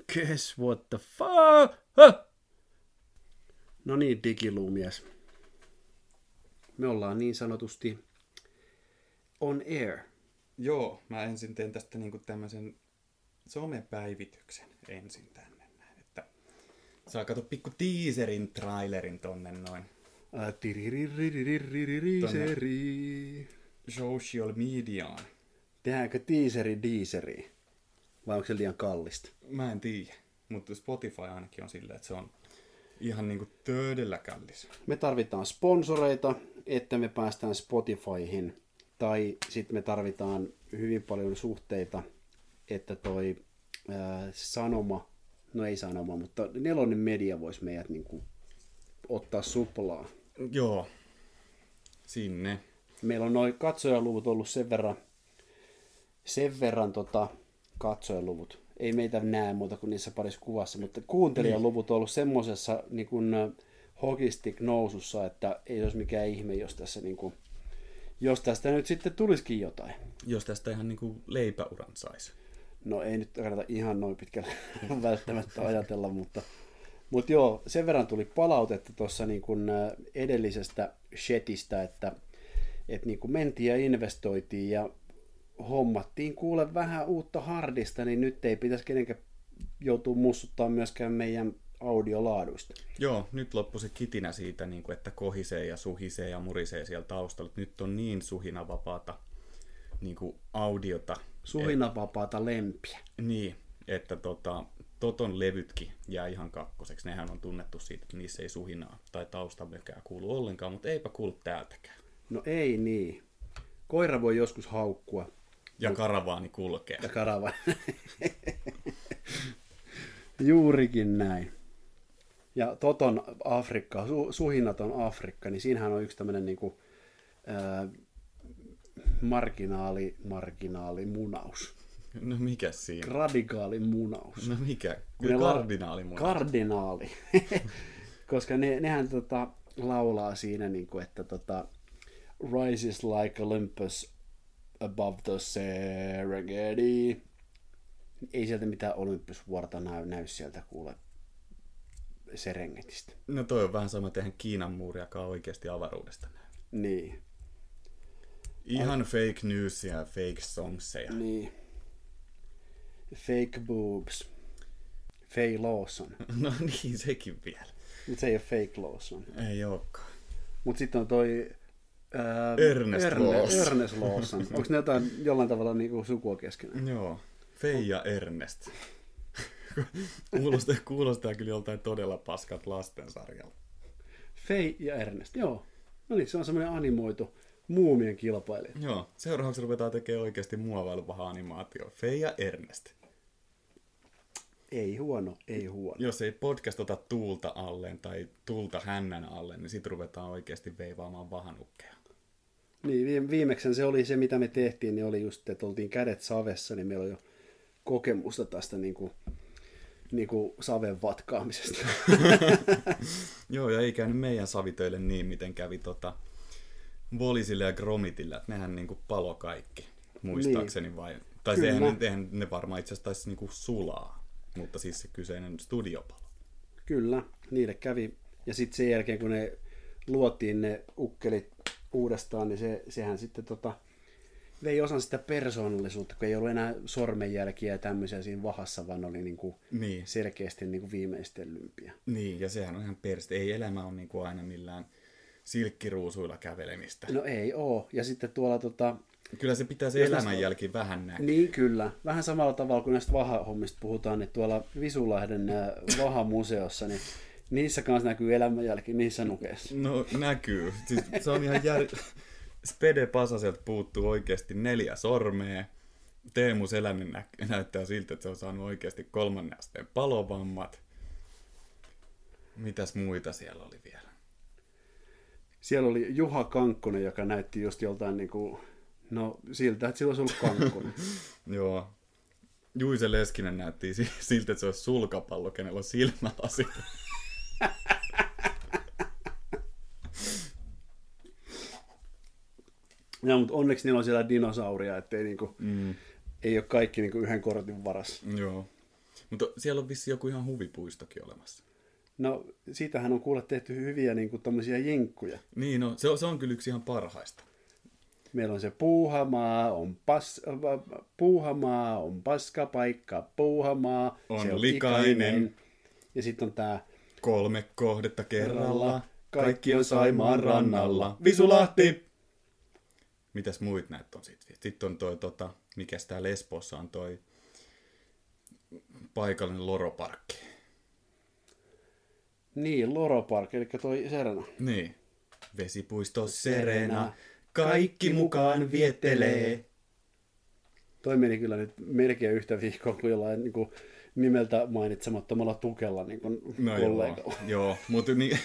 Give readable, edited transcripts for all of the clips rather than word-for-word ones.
Guess what the fuck? No niin, digiluumies. Me ollaan niin sanotusti on air. Joo, mä ensin teen tästä niinku tämmöisen somepäivityksen ensin tänne näin, että saa katsoa pikku teaserin, trailerin tonne noin. Social mediaan. Tehdäänkö teaseri? Vai onko se liian kallista? Mä en tiedä, mutta Spotify ainakin on silleen, että se on ihan niinku todella kallis. Me tarvitaan sponsoreita, että me päästään Spotifyhin. Tai sitten me tarvitaan hyvin paljon suhteita, että toi sanoma, no ei sanoma, mutta Nelonen Media voisi meidät niinku ottaa suplaa. Joo, sinne. Meillä on noin katsojaluvut ollut sen verran katsojaluvut. Ei meitä näe muuta kuin niissä parissa kuvassa, mutta kuuntelijaluvut on ollut semmoisessa niin kuin hogistic nousussa, että ei olisi mikään ihme, jos tästä nyt sitten tulisikin jotain. Jos tästä ihan niinku leipäuran saisi. No ei nyt kannata ihan noin pitkälle välttämättä ajatella, mutta joo, sen verran tuli palautetta tuossa niin kuin edellisestä shetistä, että niin kuin mentiin ja investoitiin ja hommattiin kuule vähän uutta hardista, niin nyt ei pitäisi kenenkään joutua mussuttaa myöskään meidän audiolaaduista. Joo, nyt loppui se kitinä siitä, että kohisee ja suhisee ja murisee siellä taustalla. Nyt on niin suhinavapaata audiota. Suhinavapaata lempiä. Niin, että Toton levytkin jää ihan kakkoseksi. Nehän on tunnettu siitä, että niissä ei suhinaa tai taustamökää kuulu ollenkaan, mutta eipä kuulu täältäkään. No ei niin. Koira voi joskus haukkua. Ja karavaani kulkee. Ja karavaani. Juurikin näin. Ja Toton Afrikka, suhinnaton Afrikka, niin siinähän on yksi tämmöinen niinku, marginaali munaus. No mikä siinä? Radikaali munaus. No mikä? Kyllä kardinaali munaus. Kardinaali. Koska nehän laulaa siinä, niinku, että rises like Olympus above the Serengeti. Ei sieltä mitään Olympusvuorta näy sieltä kuule Serengetistä. No toi on vähän sama tehdä Kiinan muuriakaan oikeasti avaruudesta näy. Niin. Ihan fake newsia ja fake songseja. Niin. Fake boobs. Faye Lawson. No niin, sekin vielä. Mutta se ei ole Fake Lawson. Ei olekaan. Mutta sitten on toi Ernest Lawson. Onko ne jollain tavalla niinku sukua keskenään? Joo. Faye ja Ernest. Kuulostaa kyllä joltain todella paskat lastensarjalla. Faye ja Ernest, joo. No niin, se on semmoinen animoitu muumien kilpailija. Joo, seuraavaksi ruvetaan tekemään oikeasti muovailupaha animaatio. Faye ja Ernest. Ei huono. Jos ei podcast ota tuulta alleen tai tulta hännän alle, niin sit ruvetaan oikeasti veivaamaan vahanukkeja. Niin, viimeksi se oli se, mitä me tehtiin, niin oli just, että oltiin kädet savessa, niin meillä on jo kokemusta tästä niinku saven vatkaamisesta. Joo, ja ei käynyt meidän savitöille niin, miten kävi Volisille ja Gromitille, että nehän niinku palo kaikki, muistaakseni vai? Tai eihän ne varmaan itse asiassa taisi niinku sulaa, mutta siis se kyseinen studiopalo. Kyllä, niille kävi. Ja sitten sen jälkeen, kun ne luotiin ne ukkelit uudestaan, niin sehän sitten vei osan sitä persoonallisuutta, kun ei ollut enää sormenjälkiä ja tämmöisiä siinä vahassa, vaan oli selkeästi viimeistellympiä. Niin, ja sehän on ihan perste. Ei elämä ole aina millään silkkiruusuilla kävelemistä. No ei oo. Ja sitten tuolla kyllä se pitää se elämänjälki vähän näkyä. Niin kyllä. Vähän samalla tavalla kuin näistä vahahommista puhutaan, niin tuolla Visulahden vahamuseossa, niin niissä kanssa näkyy elämänjälki niissä nukeissa. No näkyy. Siis se on ihan Spede Pasaselta puuttuu oikeasti 4 sormea. Teemu Selänen näyttää siltä, että se on saanut oikeasti 3. asteen palovammat. Mitäs muita siellä oli vielä? Siellä oli Juha Kankkonen, joka näytti just joltain siltä, että sillä olisi ollut Kankkonen. Joo. Juise Leskinen näytti siltä, että se olisi sulkapallo, kenellä on silmälasit. Ja, mutta onneksi niillä on siellä dinosauria, ettei ei ole kaikki yhden kortin varassa. Joo. Mutta siellä on vissi joku ihan huvipuistokin olemassa. No, siitähän on kuule tehty hyviä niin kuin tommosia jinkkuja. Niin, no se on kyllä yksi ihan parhaista. Meillä on se Puuhamaa on paskapaikka, Puuhamaa on se on likainen. Ja sitten on tää 3 kohdetta kerralla, kaikki on Saimaan rannalla. Visulahti! Mitäs muit näitä on sitten? Sitten on toi, mikäs tää Lesbossa on toi paikallinen loroparkki. Niin, loroparkki, eli toi Serena. Niin. Vesipuisto Serena, kaikki mukaan viettelee. Toi meni kyllä nyt melkein yhtä viikkoa kuin jollain niin kuin nimeltä mainitsemattomalla Tukella niin kuin kollegalla. Joo, mutta niin.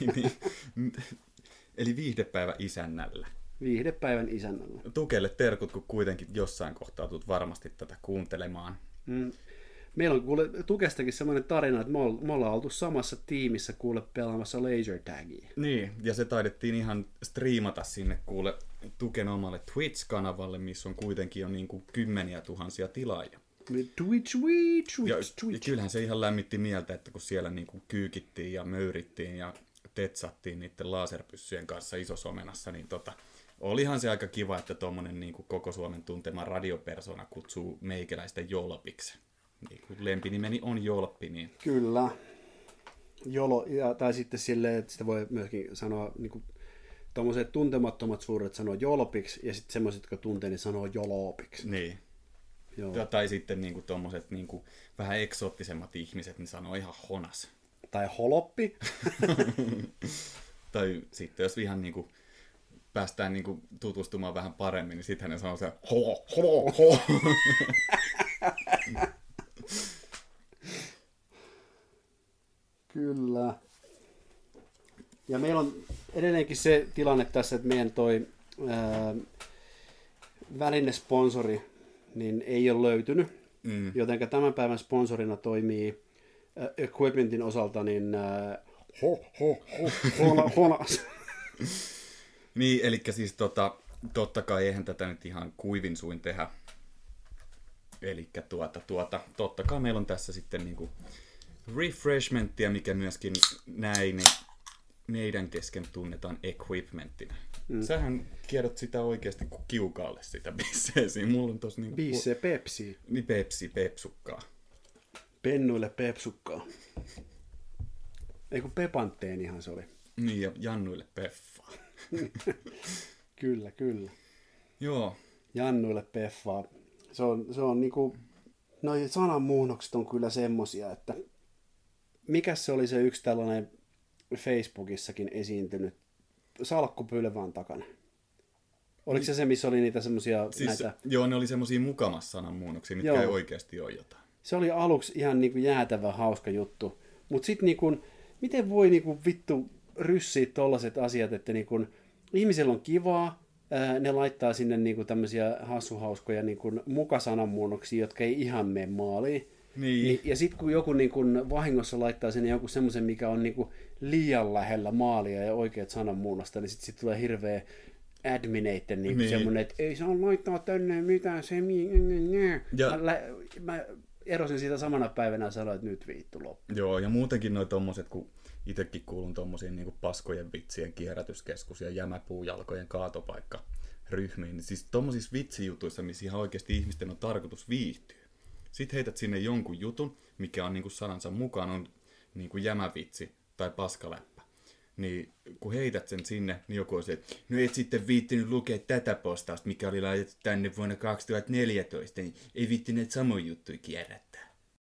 Eli viihdepäivä isännällä. Viihdepäivän isännällä. Tukelle terkut, kun kuitenkin jossain kohtaa tulet varmasti tätä kuuntelemaan. Meillä on kuule Tukestakin semmoinen tarina, että me ollaan oltu samassa tiimissä kuule pelaamassa laser tagia. Niin, ja se taidettiin ihan striimata sinne kuule Tuken omalle Twitch-kanavalle, missä on kuitenkin jo niin kuin 10,000 tilaajia. Twitch. Ja kyllähän se ihan lämmitti mieltä, että kun siellä niin kuin kyykittiin ja möyrittiin ja tetsattiin niiden laserpyssyjen kanssa isosomenassa, niin olihan se aika kiva, että tuommoinen niin kuin koko Suomen tuntema radiopersona kutsuu meikäläistä Jolpiksi. Niin kuin lempinimeni on Jolppi, niin... Kyllä. Jolo, tai sitten silleen, että sitä voi myöskin sanoa, niin kuin tommoset tuntemattomat suuret sanoo Jolpiksi, ja sitten semmoiset, jotka tuntee, niin sanoo Jolopiksi. Niin. Joo. Tai sitten niin kuin tommoset niin kuin vähän eksoottisemmat ihmiset, niin sanoo ihan Honas. Tai Holoppi. Tai sitten jos ihan niin kuin päästään niin kuin tutustumaan vähän paremmin, niin sitten hän sanoo se holo. Kyllä. Ja meillä on edelleenkin se tilanne tässä, että meidän toi välinesponsori niin ei ole löytynyt, joten tämän päivän sponsorina toimii equipmentin osalta niin Honas. Niin, eli siis totta kai eihän tätä nyt ihan kuivin suin tehdä. Eli totta kai meillä on tässä sitten niinku refreshmenttia, mikä myöskin näin meidän kesken tunnetaan equipmenttina. Sähän kierrät sitä oikeasti kuin kiukaalle sitä bisseesiä. Mulla on tossa niinku... Bisse Pepsi. Niin pepsukkaa. Pennuille pepsukkaa. Ei kun Pepantteenihan se oli. Niin, ja Jannuille peffaa. Kyllä. Joo. Jannuille peffaa. Se on niinku... Noi sananmuunnokset on kyllä semmosia, että... Mikäs se oli se yksi tällainen Facebookissakin esiintynyt salkkupylvään takana? Oliko se missä oli niitä semmosia siis, näitä... Joo, ne oli semmosia mukamas sananmuunnoksia, mitkä ei oikeasti ole jotain. Se oli aluksi ihan niinku jäätävä hauska juttu. Mut sit niinku, miten voi niinku vittu ryssiä tollaset asiat, että niinku, ihmisillä on kivaa, ne laittaa sinne niinku tämmöisiä hassuhauskoja niinku mukasananmuunnoksia, jotka ei ihan mene maaliin. Niin. Ja sitten kun joku niinku vahingossa laittaa sinne joku semmoisen, mikä on niinku liian lähellä maalia ja oikeat sananmuunnosta, niin sitten tulee hirveä admineitten niin. Semmoinen, että ei saa laittaa tänne mitään mä erosin siitä samana päivänä ja sanoin, että nyt viittu loppu. Joo, ja muutenkin noi tommoset, kun itsekin kuulun tommosiin niinku paskojen vitsien kierrätyskeskus ja jämäpuujalkojen kaatopaikka-ryhmiin, niin siis tommosissa vitsijutuissa, missä ihan oikeasti ihmisten on tarkoitus viihtyä. Sitten heität sinne jonkun jutun, mikä on niinku sanansa mukaan on niinku jämävitsi tai paskaläppä. Niin kun heität sen sinne, niin joku on se, että no et sitten viittinyt lukea tätä postausta, mikä oli laitettu tänne vuonna 2014, niin ei viittineet samoja juttuja kierrättää.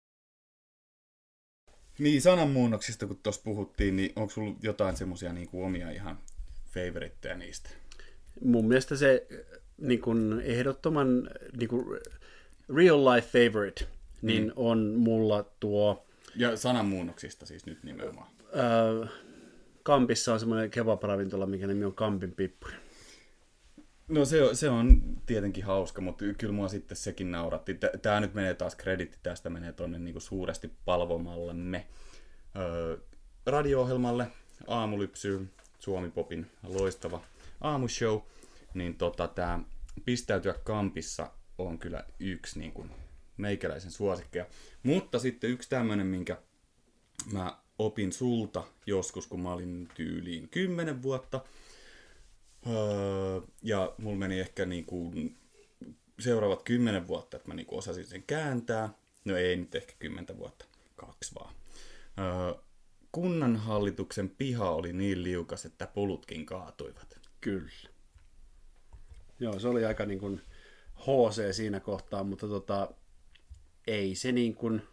Niin, sananmuunnoksista kun tuossa puhuttiin, niin onko sulla jotain semmosia niinku omia ihan favoritteja niistä? Mun mielestä se niin kun ehdottoman niin kun real life favorite niin on mulla tuo... Ja sananmuunnoksista siis nyt nimenomaan. Kampissa on semmoinen kebab-ravintola, mikä nimi on Kampin Pippuri. No se on tietenkin hauska, mutta kyllä mua sitten sekin nauratti. Tää nyt menee taas kreditti, tästä menee tonne niinku suuresti palvomallemme radio-ohjelmalle Aamulypsyyn, Suomi-popin loistava aamushow. Niin tää Pistäytyä Kampissa on kyllä yksi niinku meikäläisen suosikkeja. Mutta sitten yksi tämmönen, minkä mä opin sulta joskus, kun mä olin tyyliin 10 vuotta. Ja mulla meni ehkä niinku seuraavat 10 vuotta, että mä niinku osasin sen kääntää. No ei nyt ehkä 10 vuotta, 2 vaan. Kunnanhallituksen piha oli niin liukas, että pulutkin kaatuivat. Kyllä. Joo, se oli aika niin kuin HC siinä kohtaa, mutta ei se niin kuin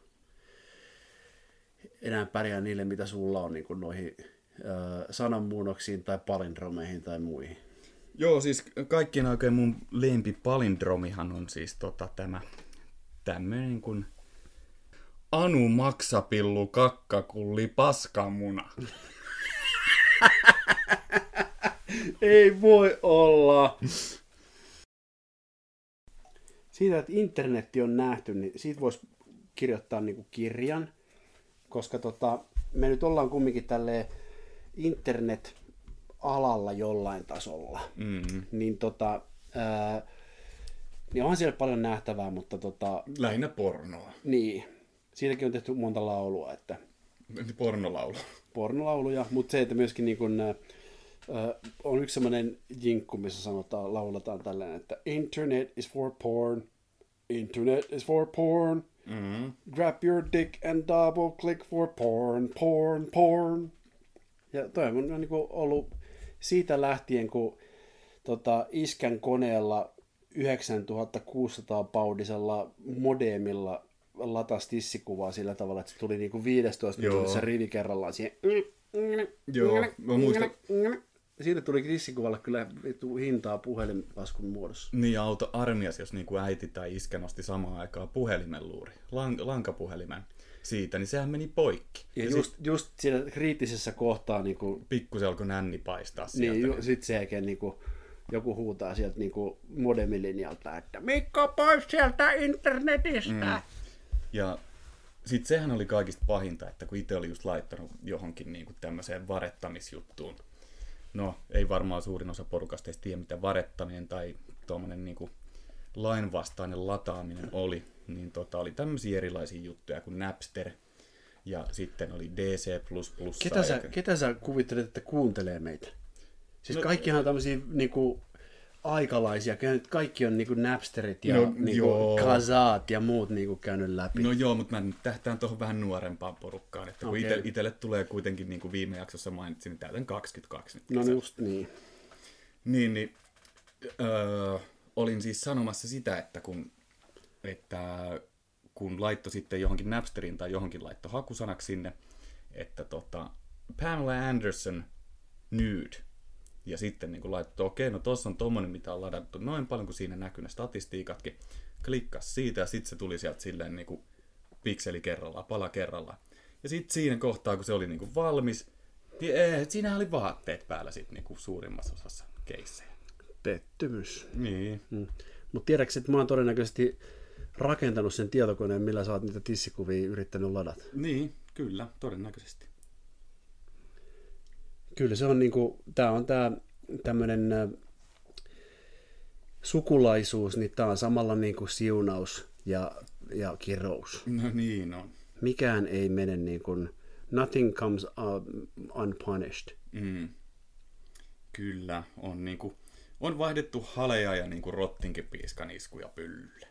enää pärjää niille, mitä sulla on niin kuin noihin sananmuunnoksiin tai palindromeihin tai muihin. Joo, siis kaikkien aikojen mun lempipalindromihan on siis tämä tämmöinen kuin Anu maksapillu kakkakulli paskamuna. Ei voi olla. Siitä, että internetti on nähty, niin siitä voisi kirjoittaa niinku kirjan, koska me nyt ollaan kumminkin tälleen internet-alalla jollain tasolla. Mm-hmm. Niin niin onhan siellä paljon nähtävää, mutta lähinnä pornoa. Niin. Siitäkin on tehty monta laulua, että pornolauluja, mutta se, että myöskin niin kun, on yksi semmoinen jinkku, missä lauletaan tällainen, että internet is for porn, internet is for porn, grab your dick and double click for porn, porn, porn. Ja toi on niin kuin ollut siitä lähtien, kun iskän koneella 9600 paudisella modemilla latasi tissikuvaa sillä tavalla, että se tuli niinku 15 minuutissa rivi kerrallaan siihen. Joo, mä muistan. Siitä tuli tissikuvalla kyllä hintaa puhelinlaskun muodossa. Niin, auto armias, jos niinku äiti tai iskä nosti samaan aikaan puhelimen luuri, lankapuhelimen siitä, niin sehän meni poikki. Ja just siinä kriittisessä kohtaa niinku pikkusen alkoi nänni paistaa sieltä. Niin, sit sen jälkeen niinku joku huutaa sieltä niinku modemilinjalta, että Mikko pois sieltä internetistä! Ja sitten sehän oli kaikista pahinta, että kun itse oli just laittanut johonkin niinku tämmöiseen varettamisjuttuun. No, ei varmaan suurin osa porukasta edes tiedä, mitä varettaminen tai tuommoinen niinku lainvastainen lataaminen oli. Niin oli tämmöisiä erilaisia juttuja kuin Napster ja sitten oli DC++. Ketä sä kuvittelet, että kuuntelee meitä? Siis kaikkihan on tämmöisiä niinku aikalaisia, kaikki on niinku Napsterit ja niinku Kazaat ja muut niinku käynyt läpi. No joo, mutta mä nyt tähtään tuohon vähän nuorempaan porukkaan, että kun itselle tulee kuitenkin niin kuin viime jaksossa mainitsin, niin täytän 22 nyt. No just niin. Niin olin siis sanomassa sitä, että kun laittoi sitten johonkin Napsteriin tai johonkin laittoi hakusanaksi sinne, että Pamela Anderson nude. Ja sitten niin laittoi, että okei, no tossa on tommonen, mitä on ladattu noin paljon, kun siinä näkyy ne statistiikatkin. Klikkas siitä ja sitten se tuli sieltä silleen niin kuin pikseli kerrallaan, pala kerrallaan. Ja sitten siinä kohtaa, kun se oli niin kuin valmis, niin siinä oli vaatteet päällä sitten niin kuin suurimmassa osassa keissejä. Pettymys. Niin. Mutta tiedätkö, että mä oon todennäköisesti rakentanut sen tietokoneen, millä sä oot niitä tissikuvia yrittänyt ladata? Niin, kyllä, todennäköisesti. Kyllä se on niinku, tää on tämmönen sukulaisuus, niin tää on samalla niinku siunaus ja kirous. No niin on. Mikään ei mene niin kuin, nothing comes unpunished. Kyllä, on niinku, on vaihdettu haleja ja niinku rottinkipiiskan iskuja pyllylle.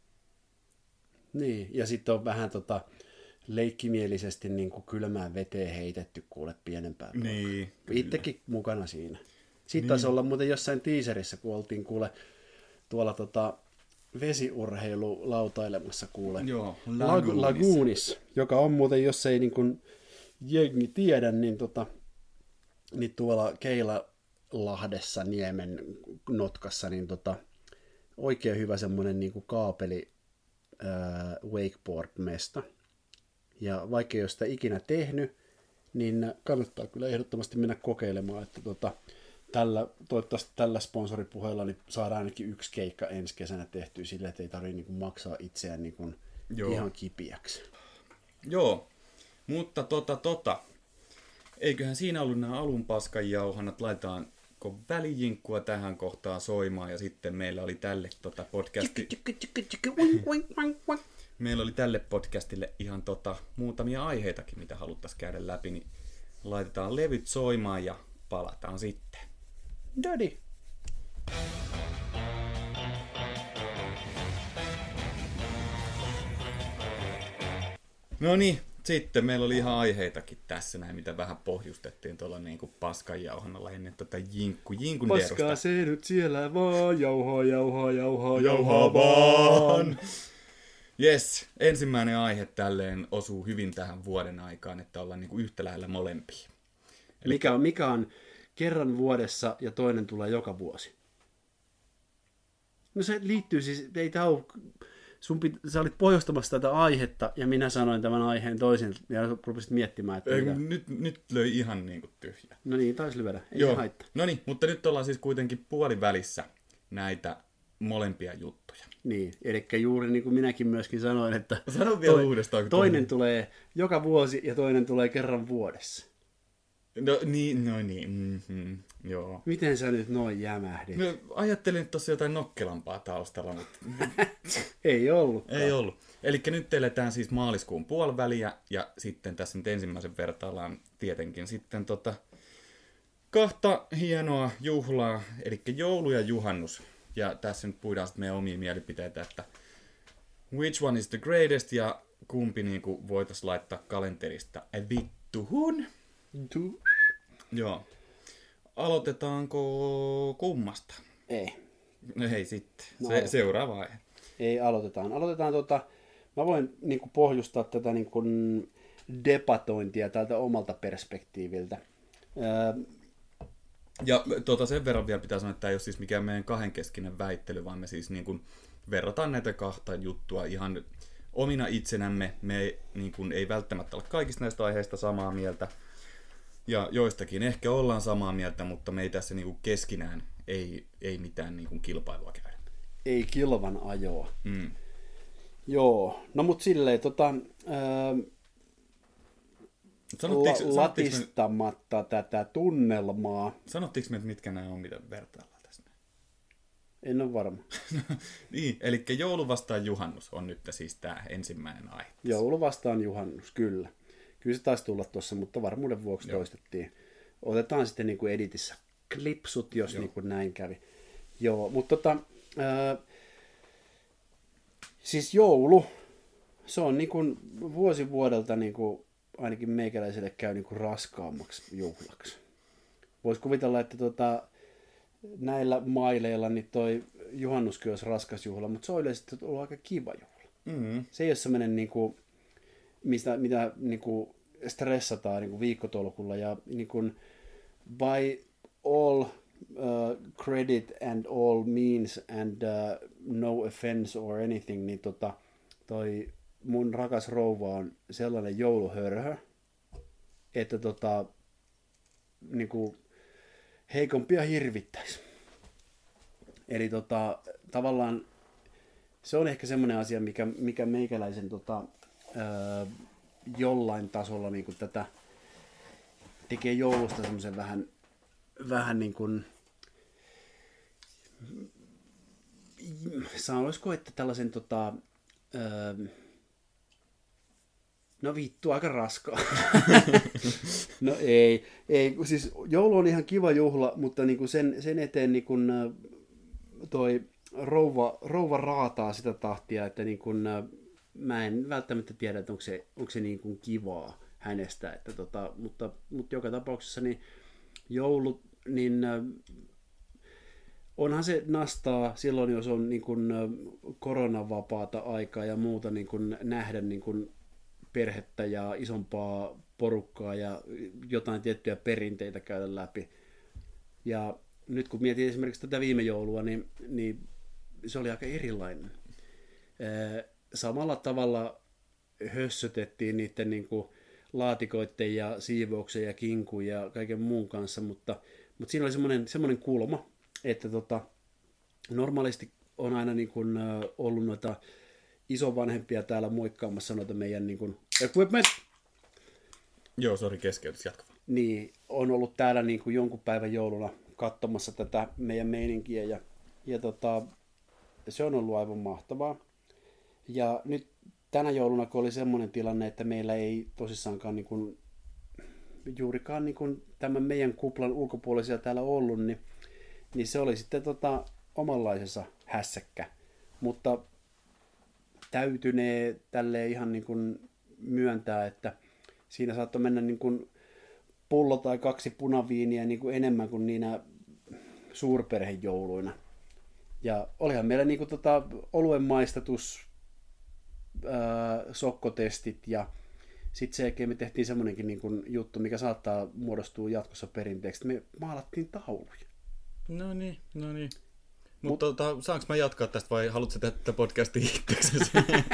Niin, ja sitten on vähän leikkimielisesti niin kuin kylmään veteen heitetty kuule pienempää. Niin, itsekin mukana siinä. Sitten taisi olla muuten jossain teaserissa, kun oltiin kuule tuolla vesiurheilu lautailemassa kuule. Joo, Lagoonissa, joka on muuten, jos ei niin kuin jengi tiedä, niin, niin tuolla Keilalahdessa Niemen notkassa, niin oikein hyvä semmoinen niin kuin kaapeli wakeboard-mesta. Ja vaikka ei ole sitä ikinä tehnyt, niin kannattaa kyllä ehdottomasti mennä kokeilemaan, että toivottavasti tällä sponsoripuheella niin saadaan ainakin yksi keikka ensi kesänä tehtyä sille, että ei tarvitse niin maksaa itseään niin ihan kipiäksi. Joo, mutta eiköhän siinä ollut nämä alun paskanjauhannat, laitetaanko välijinkkua tähän kohtaan soimaan ja sitten meillä oli tälle podcasti meillä oli tälle podcastille ihan muutamia aiheitakin, mitä haluttaisiin käydä läpi, niin laitetaan levyt soimaan ja palataan sitten. Daddy. No niin, sitten meillä oli ihan aiheitakin tässä näin, mitä vähän pohjustettiin tuolla niinku paskanjauhannalla ennen jinkun paskaa se nyt siellä vaan, jauhaa vaan. Jes, ensimmäinen aihe tälleen osuu hyvin tähän vuoden aikaan, että ollaan niinku yhtä lähellä molempia. Eli mikä on kerran vuodessa ja toinen tulee joka vuosi? No se liittyy siis, ei tämä ole... Sä olit pohjustamassa tätä aihetta, ja minä sanoin tämän aiheen toisin, ja rupesit miettimään, että... Nyt löi ihan niin kuin tyhjä. No niin, taisi lyödä, ei Joo. se haittaa. No niin, mutta nyt ollaan siis kuitenkin puolivälissä näitä molempia juttuja. Niin, eli juuri niin kuin minäkin myöskin sanoin, että... Sano vielä uudestaan. Toinen tulee joka vuosi, ja toinen tulee kerran vuodessa. No niin, joo. Miten sä nyt noin jämähdit? No, ajattelin, että tuossa jotain nokkelampaa taustalla, mutta... Ei ollut. Ei ollut. Eli nyt eletään siis maaliskuun puoliväliä, ja sitten tässä nyt ensimmäisen vertaillaan tietenkin sitten kahta hienoa juhlaa, eli joulu ja juhannus. Ja tässä nyt puidaan sitten meidän omia mielipiteitä, että which one is the greatest, ja kumpi niin voitaisiin laittaa kalenterista vittuhun. Joo. Aloitetaanko kummasta? Ei. No hei sitten. No, seuraava aihe. Ei, aloitetaan. Mä voin niinku pohjustaa tätä niinku debatointia tältä omalta perspektiiviltä. Ja sen verran vielä pitää sanoa, että tämä ei ole siis mikään meidän kahdenkeskinen väittely, vaan me siis niin kuin verrataan näitä kahta juttua ihan omina itsenämme. Me niin kuin ei välttämättä ole kaikista näistä aiheista samaa mieltä. Ja joistakin ehkä ollaan samaa mieltä, mutta me ei tässä niin kuin keskinään ei mitään niin kuin kilpailua käydä. Ei kilvan ajoa. Joo, no mut silleen latistamatta tätä tunnelmaa. Sanottiinko me, että mitkä nämä on, mitä vertaillaan tässä? En ole varma. Niin, eli joulu vastaan juhannus on nyt siis tämä ensimmäinen aihe. Joulu vastaan juhannus, kyllä. Kyllä se taisi tulla tuossa, mutta varmuuden vuoksi toistettiin. Otetaan sitten niin kuin editissä klipsut, jos niin kuin näin kävi. Joo, mutta siis joulu, se on niin kuin vuosi vuodelta niin kuin ainakin meikäläiselle käy niin kuin raskaammaksi juhlaksi. Voisi kuvitella, että näillä maileilla niin toi juhannuskin olisi raskas juhla, mutta se on yleisesti ollut aika kiva juhla. Mm-hmm. Se ei ole sellainen, niin kuin, mitä niin kuin stressataan niin kuin viikkotolkulla ja niin kuin, by all credit and all means and no offense or anything, niin toi mun rakas rouva on sellainen jouluhörhö, että niinku heikompia hirvittäisi. Eli tavallaan se on ehkä semmoinen asia, mikä meikäläisen jollain tasolla niinku tätä tekee joulusta semmoisen vähän niin kuin sanoisiko, että tällaisen no vittu, aika raskaa. No ei, siis joulu on ihan kiva juhla, mutta niinku sen eteen niinku toi rouva raataa sitä tahtia, että niinku, mä en välttämättä tiedä, että onko se niinku kivaa hänestä, että mutta joka tapauksessa niin joulu, niin onhan se nastaa silloin, jos on niin kuin koronavapaata aikaa ja muuta niin kuin nähdä niin kuin perhettä ja isompaa porukkaa ja jotain tiettyjä perinteitä käydä läpi. Ja nyt kun mietin esimerkiksi tätä viime joulua, niin se oli aika erilainen. Samalla tavalla hössötettiin niiden niin kuin laatikoiden ja siivouksen ja kinkun ja kaiken muun kanssa, mutta siinä oli semmoinen kulma, että normaalisti on aina niin kuin ollut noita isovanhempia täällä moikkaamassa noita meidän niin kuin equipment. Joo, sori, keskeytys, jatka. Niin, on ollut täällä niin kuin jonkun päivän jouluna katsomassa tätä meidän meininkiä ja se on ollut aivan mahtavaa. Ja nyt tänä jouluna, kun oli semmoinen tilanne, että meillä ei tosissaankaan niin kuin, juurikaan niin kuin tämän meidän kuplan ulkopuolisia täällä ollut, niin se oli sitten omanlaisensa hässäkkä. Mutta täytynee tälleen ihan niin kuin myöntää, että siinä saattoi mennä niin kuin pullo tai 2 punaviiniä niin kuin enemmän kuin niinä suurperhejouluina. Ja olihan meillä niin kuin oluen maistatus, sokkotestit ja sitten sen jälkeen me tehtiin semmoinenkin niin kuin juttu, mikä saattaa muodostua jatkossa perinteeksi. Me maalattiin tauluja. No niin. Mutta saanko mä jatkaa tästä vai haluatko tehdä tätä podcastia itseksesi?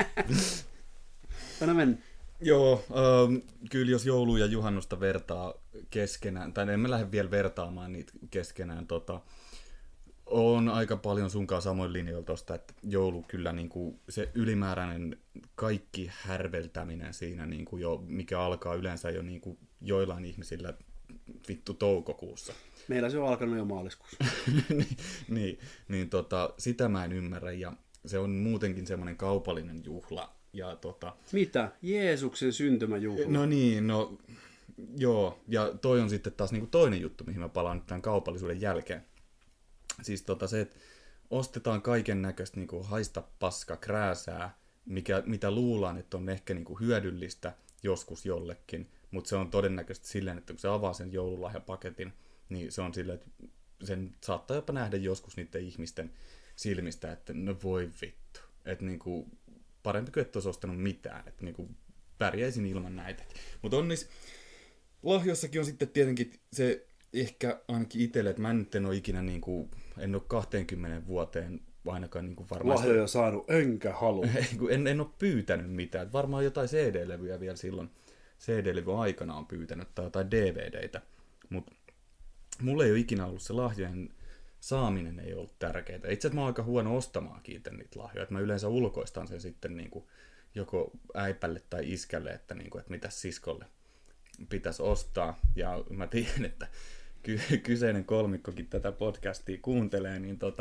Anna mennä. Joo, kyllä jos joulu ja juhannusta vertaa keskenään, tai emme lähde vielä vertaamaan niitä keskenään, on aika paljon sunkaan samoin linjoilla tosta, että joulu kyllä niinku, se ylimääräinen kaikki härveltäminen siinä niinku jo, mikä alkaa yleensä jo niinku joillain ihmisillä vittu toukokuussa. Meillä se on alkanut jo maaliskuussa. niin, sitä mä en ymmärrä ja se on muutenkin semmoinen kaupallinen juhla. Ja Mitä? Jeesuksen syntymäjuhla? Joo, ja toi on sitten taas niinku toinen juttu, mihin mä palaan nyt tämän kaupallisuuden jälkeen. Siis se, että ostetaan kaiken näköistä niinku haista paska krääsää, mitä luullaan, että on ehkä niinku hyödyllistä joskus jollekin, mutta se on todennäköisesti silleen, että kun se avaa sen joululahjapaketin, niin se on silleen, että sen saattaa jopa nähdä joskus niiden ihmisten silmistä, että no voi vittu, että niinku parempi kuin et olisi ostanut mitään, että niinku pärjäisin ilman näitä. Mutta onnis lahjossakin on sitten tietenkin se ehkä ainakin itselle, että mä en ole ikinä niinku, en ole 20 vuoteen ainakaan niinku varmaan... Lahjoja saanut, enkä halua. en ole pyytänyt mitään. Et varmaan jotain CD-levyjä vielä silloin CD-levy aikana on pyytänyt tai jotain DVDitä. Mutta mulla ei ole ikinä ollut se lahjojen saaminen ei ollut tärkeää. Itse asiassa mä oon aika huono ostamaan kiitän niitä lahjoja. Mä yleensä ulkoistan sen sitten niinku joko äipälle tai iskälle, että mitä siskolle pitäisi ostaa. Ja mä tiedän, että kyseinen kolmikkokin tätä podcastia kuuntelee,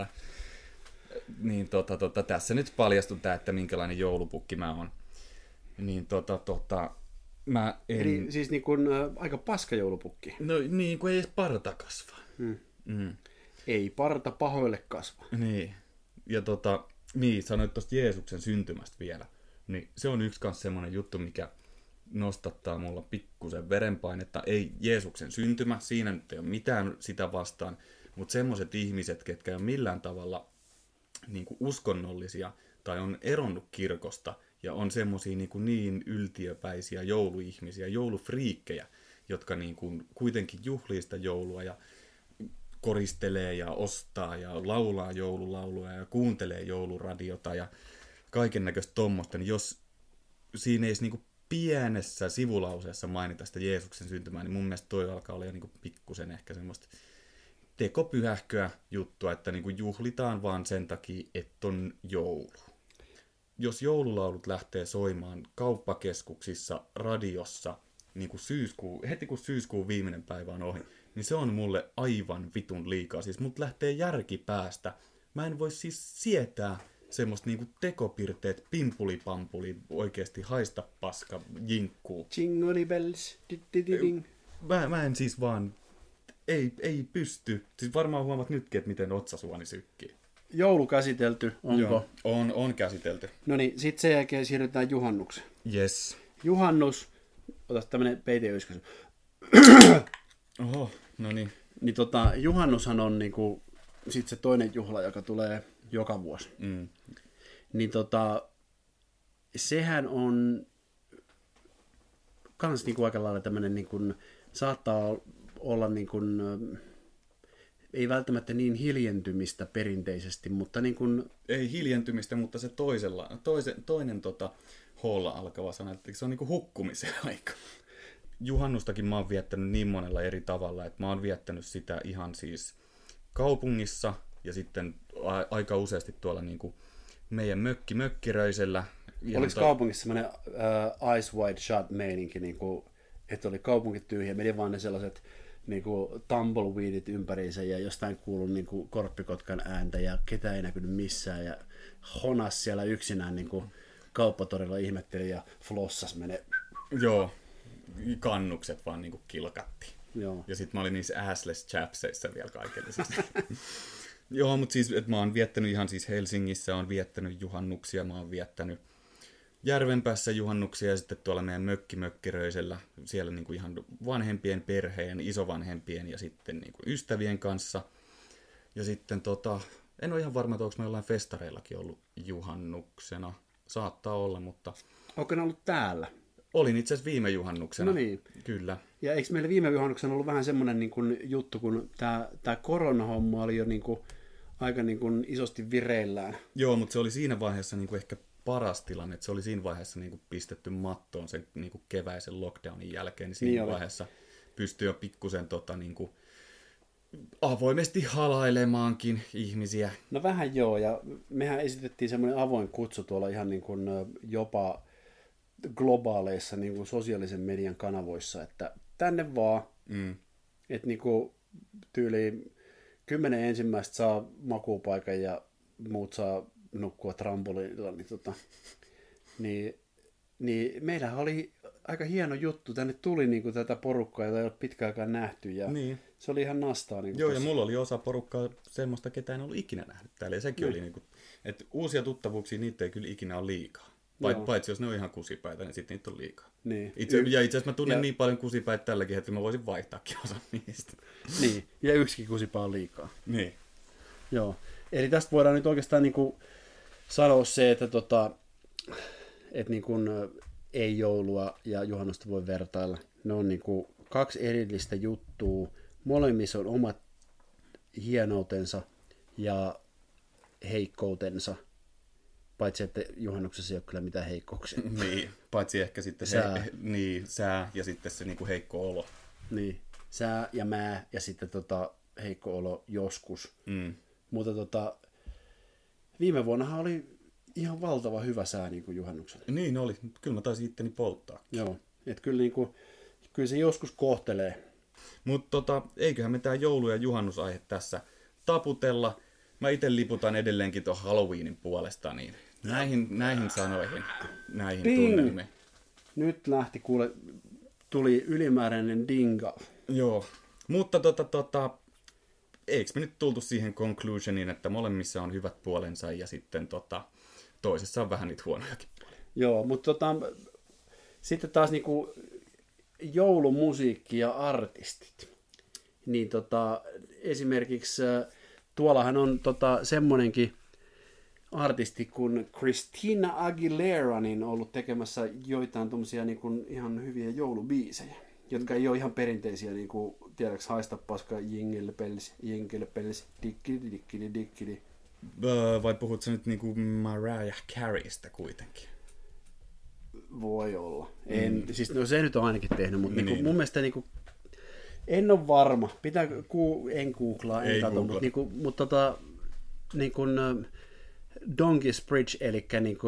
niin tässä nyt paljastui tää, että minkälainen joulupukki mä oon. Niin mä en... Eli siis niin kuin, aika paska joulupukki. No niin, kun ei edes parta kasva. Ei parta pahoille kasva. Niin. Ja niin, sanoit tuosta Jeesuksen syntymästä vielä. Niin se on yksi kanssa semmoinen juttu, mikä nostattaa mulla pikkusen verenpainetta. Ei Jeesuksen syntymä, siinä nyt ei ole mitään sitä vastaan, mutta semmoiset ihmiset, ketkä ei ole millään tavalla niin kuin uskonnollisia tai on eronnut kirkosta ja on semmoisia niin yltiöpäisiä jouluihmisiä, joulufriikkejä, jotka niin kuin kuitenkin juhlii sitä joulua ja koristelee ja ostaa ja laulaa joululauluja ja kuuntelee jouluradiota ja kaiken näköistä tommoista, niin jos siinä ei niin kuin pienessä sivulauseessa mainita sitä Jeesuksen syntymää, niin mun mielestä toi alkaa olla jo niin kuin pikkusen ehkä semmoista tekopyhähköä juttua, että niin kuin juhlitaan vaan sen takia, että on joulu. Jos joululaulut lähtee soimaan kauppakeskuksissa, radiossa, niin kuin heti kun syyskuun viimeinen päivä on ohi, niin se on mulle aivan vitun liikaa. Siis mut lähtee järki päästä. Mä en voi siis sietää semmoista niinku tekopirteet pimpulipampuli oikeesti haista paska jinkkuu. Jingle bells. Mä en siis vaan, ei pysty. Siis varmaan huomaat nytkin, että miten otsasuoni sykkii. Joulu käsitelty, onko? Joo, on käsitelty. No niin, sit sen jälkeen siirrytään juhannukseen. Yes. Juhannus, ota tämmönen peiteyskäsy. Oho, no niin. Niin juhannushan on niinku sit se toinen juhla, joka tulee joka vuosi. Niin sehän on kans niinku aika lailla tämmönen niinku, saattaa olla niinku, ei välttämättä niin hiljentymistä perinteisesti, mutta niin kuin... Ei hiljentymistä, mutta se toinen hoolla alkava sana, että se on niin kuin hukkumisen aika. Juhannustakin mä oon viettänyt niin monella eri tavalla, että mä oon viettänyt sitä ihan siis kaupungissa ja sitten aika useasti tuolla niin kuin meidän mökkiröisellä. Oliko kaupungissa semmoinen eyes wide shut meininki, niin kuin, että oli kaupunki tyhjä, meni vaan ne sellaiset niinku tumbleweedit ympäriinsä ja jostain kuului niinku korppikotkan ääntä ja ketään ei näkynyt missään ja honas siellä yksinään niinku kauppatorilla ihmetteli ja flossas menee. Joo, kannukset vaan niinku kilkatti. Joo. Ja sit mä olin niissä assless chapseissa vielä kaikellisissa. Joo, mutta siis että mä oon viettänyt ihan siis Helsingissä, oon viettänyt juhannuksia, mä oon viettänyt Järvenpäässä juhannuksia ja sitten tuolla meidän mökkiröisellä, siellä niinku ihan vanhempien perheen, isovanhempien ja sitten niinku ystävien kanssa. Ja sitten en ole ihan varma, että onko mä jollain festareillakin ollut juhannuksena. Saattaa olla, mutta... Onko ne ollut täällä? Olin itse asiassa viime juhannuksena. No niin. Kyllä. Ja eikö meillä viime juhannuksena ollut vähän semmoinen niin kuin juttu, kun tämä koronahomma oli jo niin kuin, aika niin kuin isosti vireillään? Joo, mutta se oli siinä vaiheessa niin kuin ehkä paras tilanne, että se oli siinä vaiheessa niin kuin pistetty mattoon sen niin kuin keväisen lockdownin jälkeen, niin siinä vaiheessa pystyi jo pikkusen niin kuin avoimesti halailemaankin ihmisiä. No vähän joo, ja mehän esitettiin semmoinen avoin kutsu tuolla ihan niin kuin jopa globaaleissa niin kuin sosiaalisen median kanavoissa, että tänne vaan, että niin kuin tyyliin 10 ensimmäistä saa makuupaikan ja muut saa nukkua trampoliinilla, niin meillähän oli aika hieno juttu. Tänne tuli niin kuin tätä porukkaa, jota ei ole pitkään aikaan nähty, ja se oli ihan nastaa. Niin joo, ja mulla oli osa porukkaa semmoista, ketä en ollut ikinä nähnyt täällä, ja sekin oli, niin kuin, että uusia tuttavuuksia, niitä ei kyllä ikinä ole liikaa. Paitsi jos ne on ihan kusipäitä, niin sitten niitä on liikaa. Niin. Itse asiassa mä tunnen niin paljon kusipäitä tälläkin hetkellä, mä voisin vaihtaakin osa niistä. Niin, ja yksikin kusipää on liikaa. Niin. Joo, eli tästä voidaan nyt oikeastaan niin kuin sanoa se, että niin kuin ei joulua ja juhannusta voi vertailla. Ne on niin kuin 2 erillistä juttua. Molemmissa on omat hienoutensa ja heikkoutensa. Paitsi, että juhannuksessa ei ole kyllä mitään heikkouksia. Niin, paitsi ehkä sitten sää ja sitten se niinku heikko olo. Niin, sää ja mää ja sitten heikko olo joskus. Mutta viime vuonnahan oli ihan valtava hyvä sää niin kuin juhannuksella. Niin oli, kyllä mä taisin itteni polttaa. Joo, että kyllä, niin kuin, kyllä se joskus kohtelee. Mutta eiköhän me tää joulu- ja juhannusaihe tässä taputella. Mä itse liputan edelleenkin tuon Halloweenin puolesta, niin näihin sanoihin, näihin tunnelmiin. Nyt lähti, tuli ylimääräinen dinga. Joo, mutta eikö me nyt tultu siihen conclusioniin, että molemmissa on hyvät puolensa ja sitten toisessa on vähän niitä huonojakin puolia. Joo, mutta sitten taas niinku joulumusiikki ja artistit. Niin esimerkiksi tuollahan on semmonenkin artisti kuin Christina Aguilera niin ollut tekemässä joitain tommosia niinku ihan hyviä joulubiisejä, jotka ei ole ihan perinteisiä, niinku tiedäks haista paska jingle bells, dikkidi. Vai puhutko nyt niinku Mariah Careystä kuitenkin? Voi olla. Siis se nyt on ainakin tehnyt, mutta niin. Mun mielestä niinku, en ole varma. En googlaa, en katso, mutta Donkey's Bridge, eli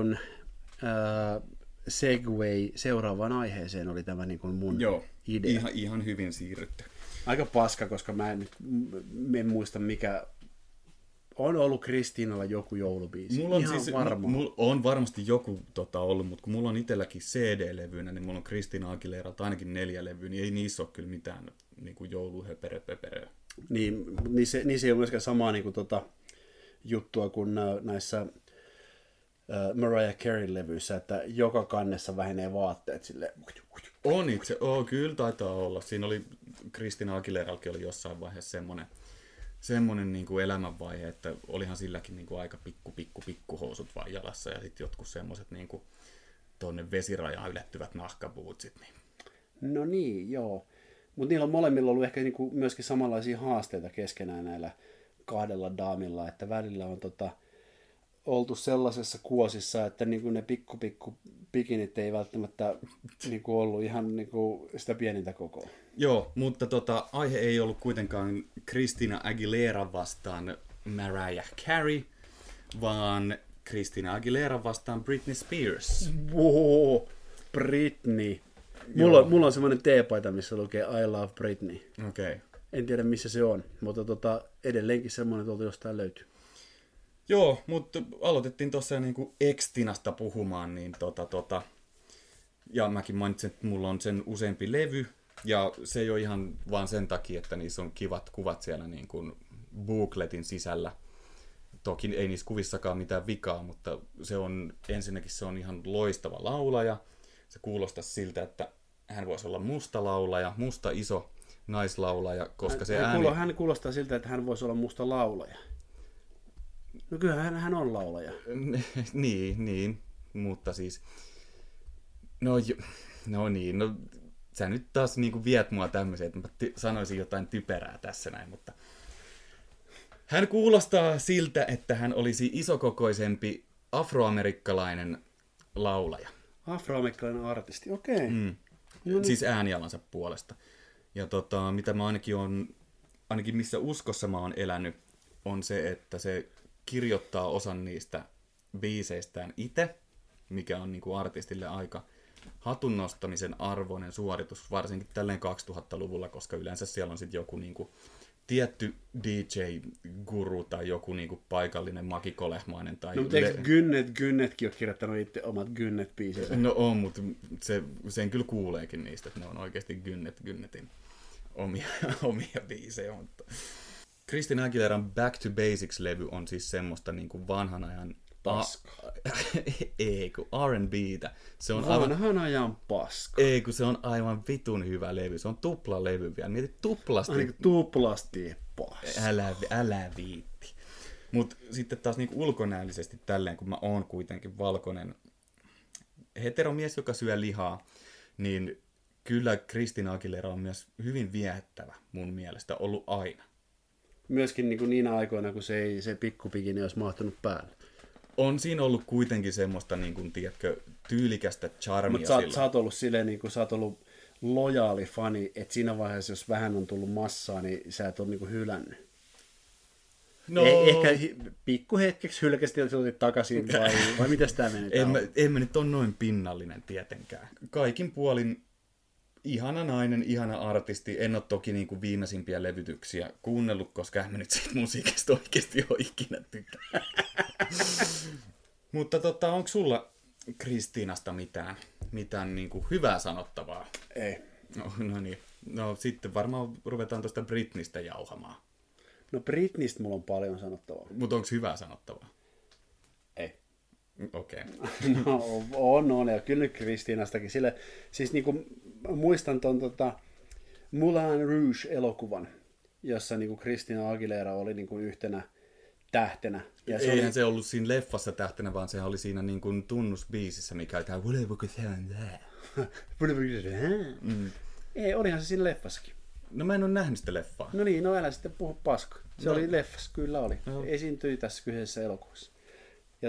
segway seuraavaan aiheeseen oli tämä mun idea. Ihan hyvin siirrytty. Aika paska, koska mä en muista mikä... On ollut Kristiinalla joku joulubiisi. Mulla on varma. Mulla on varmasti joku ollut, mutta kun mulla on itselläkin CD-levyynä, niin mulla on Christina Aguileralta ainakin 4 levyä, niin ei niissä ole kyllä mitään niin jouluhöperöpöperöä. Niissä ei ole myöskään samaa juttua kuin näissä Mariah Carey-levyissä, että joka kannessa vähenee vaatteet silleen. On itse, kyllä taitaa olla. Siinä oli, Christina Aguilerallakin oli jossain vaiheessa semmoinen niin kuin elämänvaihe, että olihan silläkin niin kuin aika pikkuhousut vaan jalassa ja sitten jotkut semmoiset niin kuin tuonne vesirajaan ylettyvät nahkabootsit. Niin. No niin, joo. Mutta niillä on molemmilla ollut ehkä niin kuin myöskin samanlaisia haasteita keskenään näillä 2 daamilla, että välillä on oltu sellaisessa kuosissa, että niin kuin ne pikku bikinit ei välttämättä niin kuin ollut ihan niin kuin sitä pienintä kokoa. Joo, mutta aihe ei ollut kuitenkaan Christina Aguilera vastaan Mariah Carey, vaan Christina Aguilera vastaan Britney Spears. Wow, Britney. Mulla on semmoinen teepaita, missä lukee I love Britney. Okay. En tiedä missä se on, mutta edelleenkin semmoinen tuolta jostain löytyy. Joo, mutta aloitettiin tuossa niinku Extinasta puhumaan, niin ja mäkin mainitsin, että mulla on sen useampi levy, ja se ei ole ihan vaan sen takia, että niissä on kivat kuvat siellä niin kuin bookletin sisällä. Toki ei niissä kuvissakaan mitään vikaa, mutta ensinnäkin se on ihan loistava laulaja. Se kuulostaa siltä, että hän voisi olla musta laulaja, musta iso naislaulaja, koska se ääni... Hän kuulostaa siltä, että hän voisi olla musta laulaja. No kyllähän hän on laulaja. niin, mutta siis... No niin, sä nyt taas niinku viet mua tämmöiseen, että mä sanoisin jotain typerää tässä näin, mutta... Hän kuulostaa siltä, että hän olisi isokokoisempi afroamerikkalainen laulaja. Afroamerikkalainen artisti, okei. No niin. Siis äänialansa puolesta. Ja mitä mä ainakin missä uskossa mä oon elänyt, on se, että se kirjoittaa osan niistä biiseistään itse, mikä on niinku artistille aika hatun nostamisen arvoinen suoritus, varsinkin tälleen 2000-luvulla, koska yleensä siellä on sitten joku niinku tietty DJ-guru tai joku niinku paikallinen makikolehmainen. Tai no mutta eikö Gynnetkin ole kirjoittanut itse omat Gynnet-biisinsä? No on, mutta sen kyllä kuuleekin niistä, että ne on oikeasti Gynnetin omia biisejä. Mutta Christina Aguileran Back to Basics-levy on siis semmoista niinku vanhan ajan ei, kun R&B:tä. Se on vanhan ajan paska. Ei, kun se on aivan vitun hyvä levy. Se on tuplalevy vielä. Mieti tuplasti. Ainakin tuplasti paska. Älä viitti. Mut sitten taas niinku ulkonäöllisesti tälleen, kun mä oon kuitenkin valkoinen heteromies, joka syö lihaa, niin kyllä Christina Aguilera on myös hyvin viehättävä mun mielestä ollut aina. Myöskin niin niinä aikoina, kun se pikkupikini olisi mahtunut päälle. On siinä ollut kuitenkin semmoista, niin kuin, tiedätkö, tyylikästä charmia. Mutta sä oot ollut silleen, niin kuin sä oot ollut lojaali fani, että siinä vaiheessa, jos vähän on tullut massaa, niin sä et ole niin kuin hylännyt. No... Ehkä pikkuhetkeksi hylkästi, että otit takaisin, vai mitäs tää meni? En mä nyt ole noin pinnallinen tietenkään. Kaikin puolin ihana nainen, ihana artisti. En ole toki niin kuin viimeisimpiä levytyksiä kuunnellut, koska en mä nyt siitä musiikista oikeasti ole ikinä tykkää. Mutta onko sulla Kristiinasta mitään niin kuin hyvää sanottavaa? Ei. No niin. No sitten varmaan ruvetaan tuosta Britneystä jauhamaan. No Britneystä mulla on paljon sanottavaa. Mutta onko hyvää sanottavaa? Ei. Okei. No on, ja kyllä nyt Kristiinastakin. Siis niinku muistan ton Moulin Rouge-elokuvan, jossa niinku Christina Aguilera oli niinku yhtenä tähtenä. Ja eihän se ollut siinä leffassa tähtenä, vaan se oli siinä niin kuin tunnusbiisissä, mikä oli tämä Ei, olihan se siinä leffassakin. No mä en ole nähnyt sitä leffaa. No niin, no älä sitten puhu paska. Se oli leffassa, kyllä oli. No. Esiintyi tässä kyseisessä elokuvassa. Ja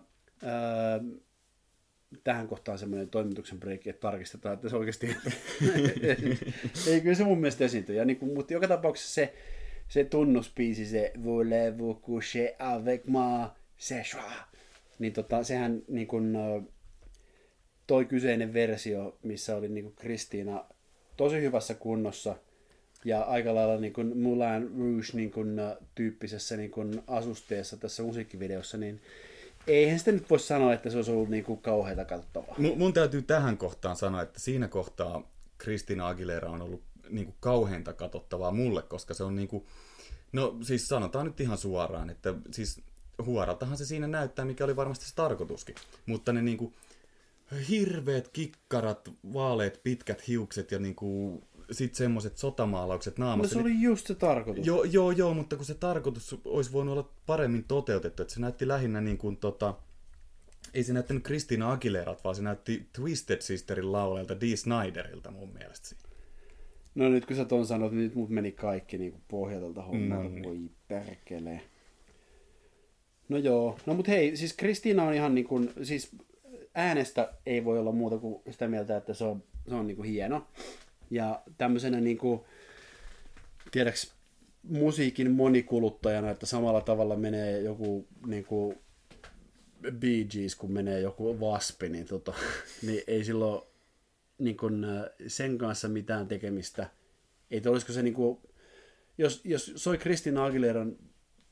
tähän kohtaan semmoinen toimituksen breikki, että tarkistetaan, että se oikeasti ei kyllä se mun mielestä esiintyi. Ja niin, mutta joka tapauksessa se tunnusbiisi, se voulez-vous coucher avec moi, c'est choix. Niin sehän niin kuin, toi kyseinen versio, missä oli niin kuin Kristiina tosi hyvässä kunnossa ja aika lailla niin kuin Moulin Rouge niin kuin, tyyppisessä niin kuin asusteessa tässä musiikkivideossa, niin eihän sitä nyt voi sanoa, että se olisi ollut niin kuin kauheata katsottavaa. Mun täytyy tähän kohtaan sanoa, että siinä kohtaa Christina Aguilera on ollut niin kuin kauheinta katsottavaa mulle, koska se on niin kuin, no siis sanotaan nyt ihan suoraan, että siis huoraltahan se siinä näyttää, mikä oli varmasti se tarkoituskin, mutta ne niin kuin hirveät kikkarat, vaaleat, pitkät hiukset ja niin kuin sitten semmoiset sotamaalaukset naamassa. No se oli just se tarkoitus. Joo, mutta kun se tarkoitus olisi voinut olla paremmin toteutettu, että se näytti lähinnä niin kuin ei se näyttänyt Christina Aguilerat, vaan se näytti Twisted Sisterin laulajalta Dee Sniderilta mun mielestä. No nyt kun sä ton sanot, niin nyt mut meni kaikki niin kuin pohjalta hommalta. No, voi perkele. No joo, no mut hei, siis Christina on ihan niin kuin, siis äänestä ei voi olla muuta kuin sitä mieltä, että se on niin kuin hieno. Ja tämmöisenä niin kuin, tiedäks, musiikin monikuluttajana, että samalla tavalla menee joku niin kuin Bee Gees, kun menee joku Wasp, niin, niin ei silloin niin kuin, sen kanssa mitään tekemistä. Ei olisiko se niin kuin, jos soi Christina Aguileran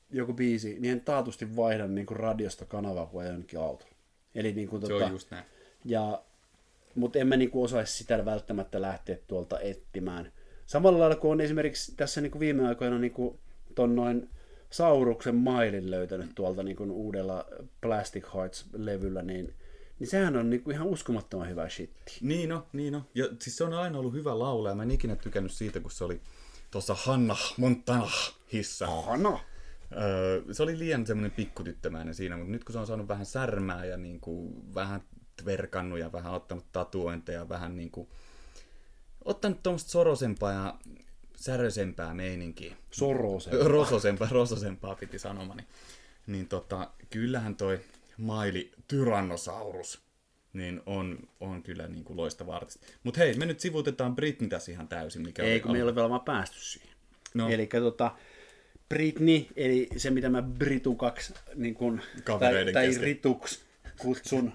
joku biisi, niin en taatusti vaihda niin kuin radiosta kanavaa, kun ajan jonnekin autolla. Eli niin kuin, Se on just näin. Mutta en mä niin kuin osaisi sitä välttämättä lähteä tuolta etsimään. Samalla lailla kuin on esimerkiksi tässä niin kuin viime aikoina niin kuin ton noin Sauruksen mailin löytänyt tuolta niin kuin uudella Plastic Hearts-levyllä, niin sehän on niin kuin ihan uskomattoman hyvä shitti. Niin on. Ja siis se on aina ollut hyvä laulaja. Mä en ikinä tykännyt siitä, kun se oli tuossa Hannah Montana-hissa. Hannah! Se oli liian semmoinen pikkutyttömäinen siinä, mutta nyt kun se on saanut vähän särmää ja niin kuin vähän tverkannut ja vähän ottanut tatuointeja, vähän niin kuin ottanut tuommoista sorosempaa ja särösempää meininkiä. Rososempaa piti sanomani. Niin kyllähän toi Maili Tyrannosaurus niin on kyllä niin kuin loistava artisti. Mutta hei, me nyt sivuutetaan Britney tässä ihan täysin. Mikä ei, kun me ei ole vielä vaan päästy siihen. No. Eli Britney, eli se mitä mä Britukaksi niin kun, tai Rituks kutsun,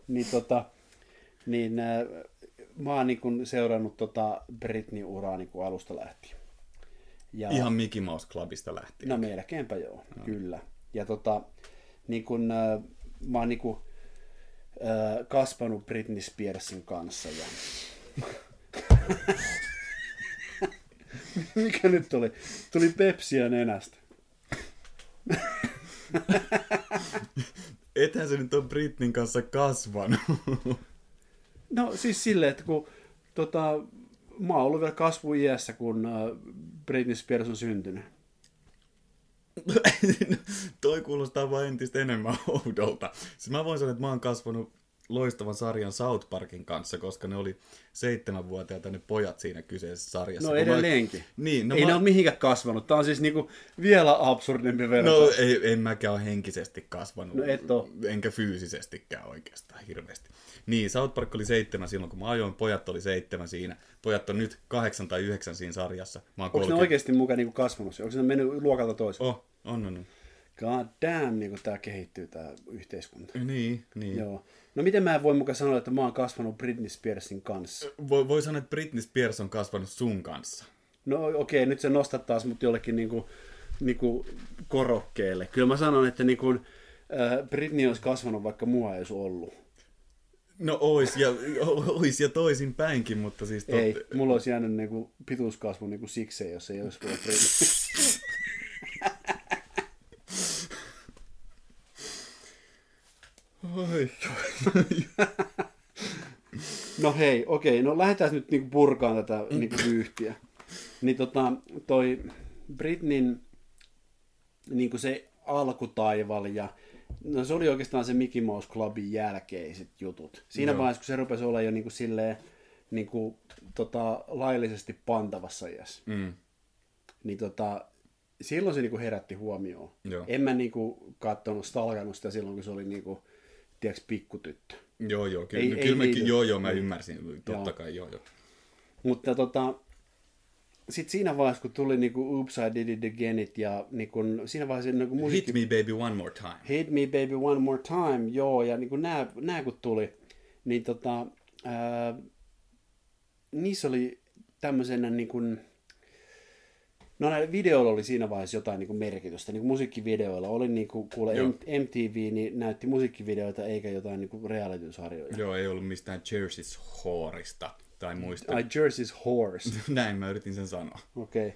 niin mä oon niin kun seurannut Britney-uraa niin kun alusta lähtien. Ja, ihan Mickey Mouse Clubista lähtien. No melkeinpä joo, kyllä. Ja niin kun, mä oon niin kun, kasvanut Britney Spearsin kanssa. Ja... Mikä nyt tuli? Tuli Pepsiä nenästä. Ethän se nyt on Britneyn kanssa kasvanut. No siis silleen, että kun mä oon ollut vielä kasvuiässä, kun Britney Spears on syntynyt. Toi kuulostaa vaan entistä enemmän oudolta. Siis mä voin sanoa, että mä oon kasvanut loistavan sarjan South Parkin kanssa, koska ne oli 7-vuotiaita ne pojat siinä kyseisessä sarjassa. No edelleenkin. Niin, ei ne ole mihinkään kasvanut. Tää on siis niinku vielä absurdempi verran. No en mäkään ole henkisesti kasvanut. No et oo. Enkä fyysisestikään oikeastaan hirveästi. Niin, South Park oli 7 silloin, kun mä ajoin. Pojat oli 7 siinä. Pojat on nyt 8 tai 9 siinä sarjassa. Onko ne oikeasti mukaan niinku kasvanut? Onko ne mennyt luokalta toiseen? On. God damn, niin kuin tää kehittyy tää yhteiskunta. Niin. Joo. No miten mä voin mukaan sanoa, että mä oon kasvanut Britney Spearsin kanssa? Voi sanoa, että Britney Spears on kasvanut sun kanssa. No okei, nyt se nostat taas mut jollekin niinku korokkeelle. Kyllä mä sanon, että niinku, Britney olisi kasvanut, vaikka mua ei olisi ollut. No ois ja toisin päinkin, mutta siis... Ei, mulla olisi jäänyt niinku pituuskasvu niinku sikseen, jos ei olisi ollut Britney. Oi. No hei, okei, no lähdetään nyt niinku purkaan tätä niinku vyyhtiä. Niin toi Britneyn niinku se alkutaival ja no se oli oikeastaan se Mickey Mouse Clubin jälkeiset jutut. Siinä vaiheessa, kun se rupesi olla jo niinku silleen niinku laillisesti pantavassa iässä. Niin silloin se niinku herätti huomioon. Joo. En mä niinku stalkannut sitä silloin, kun se oli niinku, tiedätkö, pikkutyttö. Joo, mä ymmärsin, totta kai, joo. Mutta sitten siinä vaiheessa, kun tuli niinku Oops, I Did It Againit ja niinku, siinä vaiheessa niinku musiikki... Hit Me Baby One More Time. Hit Me Baby One More Time, joo, ja niinku nää kun tuli, niin niissä oli tämmöisenä niinku... No näillä videoilla oli siinä vaiheessa jotain niinku merkitystä, niinku musiikkivideoilla oli niinku, kuule MTV niin näytti musiikkivideoita eikä jotain niinku reality-sarjoja. Joo, ei ollut mistään Jersey's Whoreista tai muista. Jersey's Horse. Näin mä yritin sen sanoa. Okei.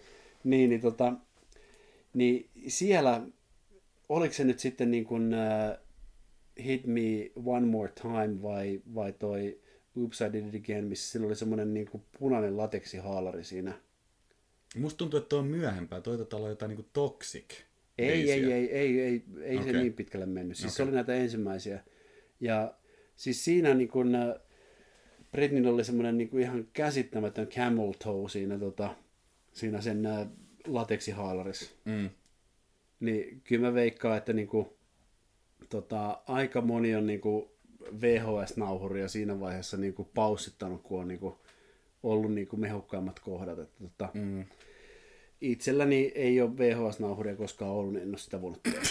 Niin siellä, oliko se nyt sitten niin kuin Hit Me One More Time vai toi Oops, I Did It Again, missä sillä oli semmoinen niin kuin punainen lateksihaalari siinä. Musta tuntuu, että toi on myöhempää. Toi taitaa olla jotain niinku Toxic. Ei okay. Se niin pitkälle mennyt. Siis se oli näitä ensimmäisiä. Ja siis siinä niin kun, Britney oli semmoinen niin ihan käsittämätön camel toe siinä sen lateksihaalarissa. Niin kyllä mä veikkaan, että niin kuin, aika moni on niin kuin VHS-nauhuria siinä vaiheessa niin kuin paussittanut, kun on niin kuin ollut niin kuin mehukkaimmat kohdat. Että, itselläni ei ole VHS-nauhuria koskaan ollut, niin en ole sitä voinut tehdä.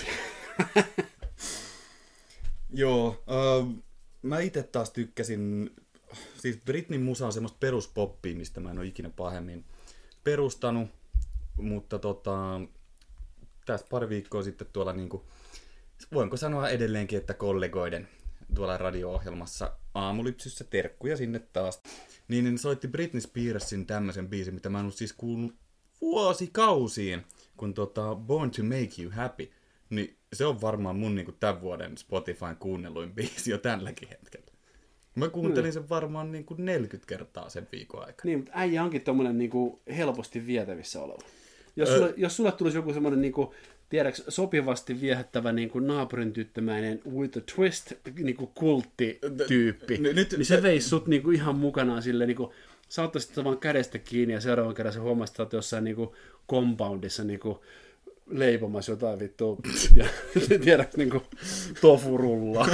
Joo, mä itse taas tykkäsin, siis Britneyn musa on semmoista peruspoppia, mistä mä en ole ikinä pahemmin perustanut, mutta tässä pari viikkoa sitten tuolla niinku, voinko sanoa edelleenkin, että kollegoiden tuolla radio-ohjelmassa Aamulypsyssä, terkkuja sinne taas, niin ne soitti Britney Spearsin tämmöisen biisin, mitä mä en ollut siis kuullut vuosikausiin, kun Born to Make You Happy, niin se on varmaan mun niinku tämän vuoden Spotifyn kuunnelluin biisi jo tälläkin hetkellä. Mä kuuntelin sen varmaan niinku 40 kertaa sen viikon aikana. Niin, mutta äijä onkin tommonen niinku helposti vietävissä oleva. Jos sulle tulisi joku semmoinen niinku, tiedäks, sopivasti viehättävä niinku naapurin tyttömäinen with a twist niinku kulttityyppi, niin se veisi sut niinku ihan mukanaan silleen, niinku, sä ottaisit vaan kädestä kiinni ja seuraavan kerran sä huomasit, että jossain niinku compoundissa niinku leipomassa jotain vittua, ja tiedäks niinku tofurullaa.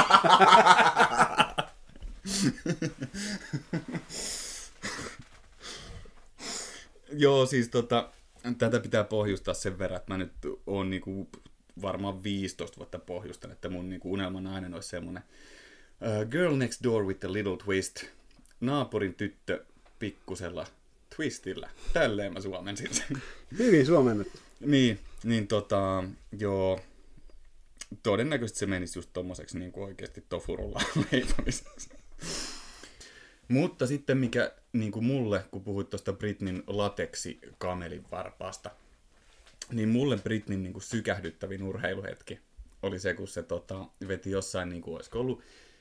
Joo, siis tätä pitää pohjustaa sen verran, että mä nyt oon niinku varmaan 15 vuotta pohjustan, että mun niinku unelmanainen olisi semmonen girl next door with a little twist. Naapurin tyttö pikkusella twistillä. Tälleen mä suomensin sen. Hyvin suomennettu. Niin joo. Todennäköisesti se menisi just tommoseksi niinku oikeesti tofurulla leipamiseksi. Mutta sitten mikä niin mulle, kun puhuit tuosta Britneyn lateksi kamelin varpaasta, niin mulle Britneyn niin sykähdyttävin urheiluhetki oli se, kun se veti jossain, niin kuin, olisiko ollut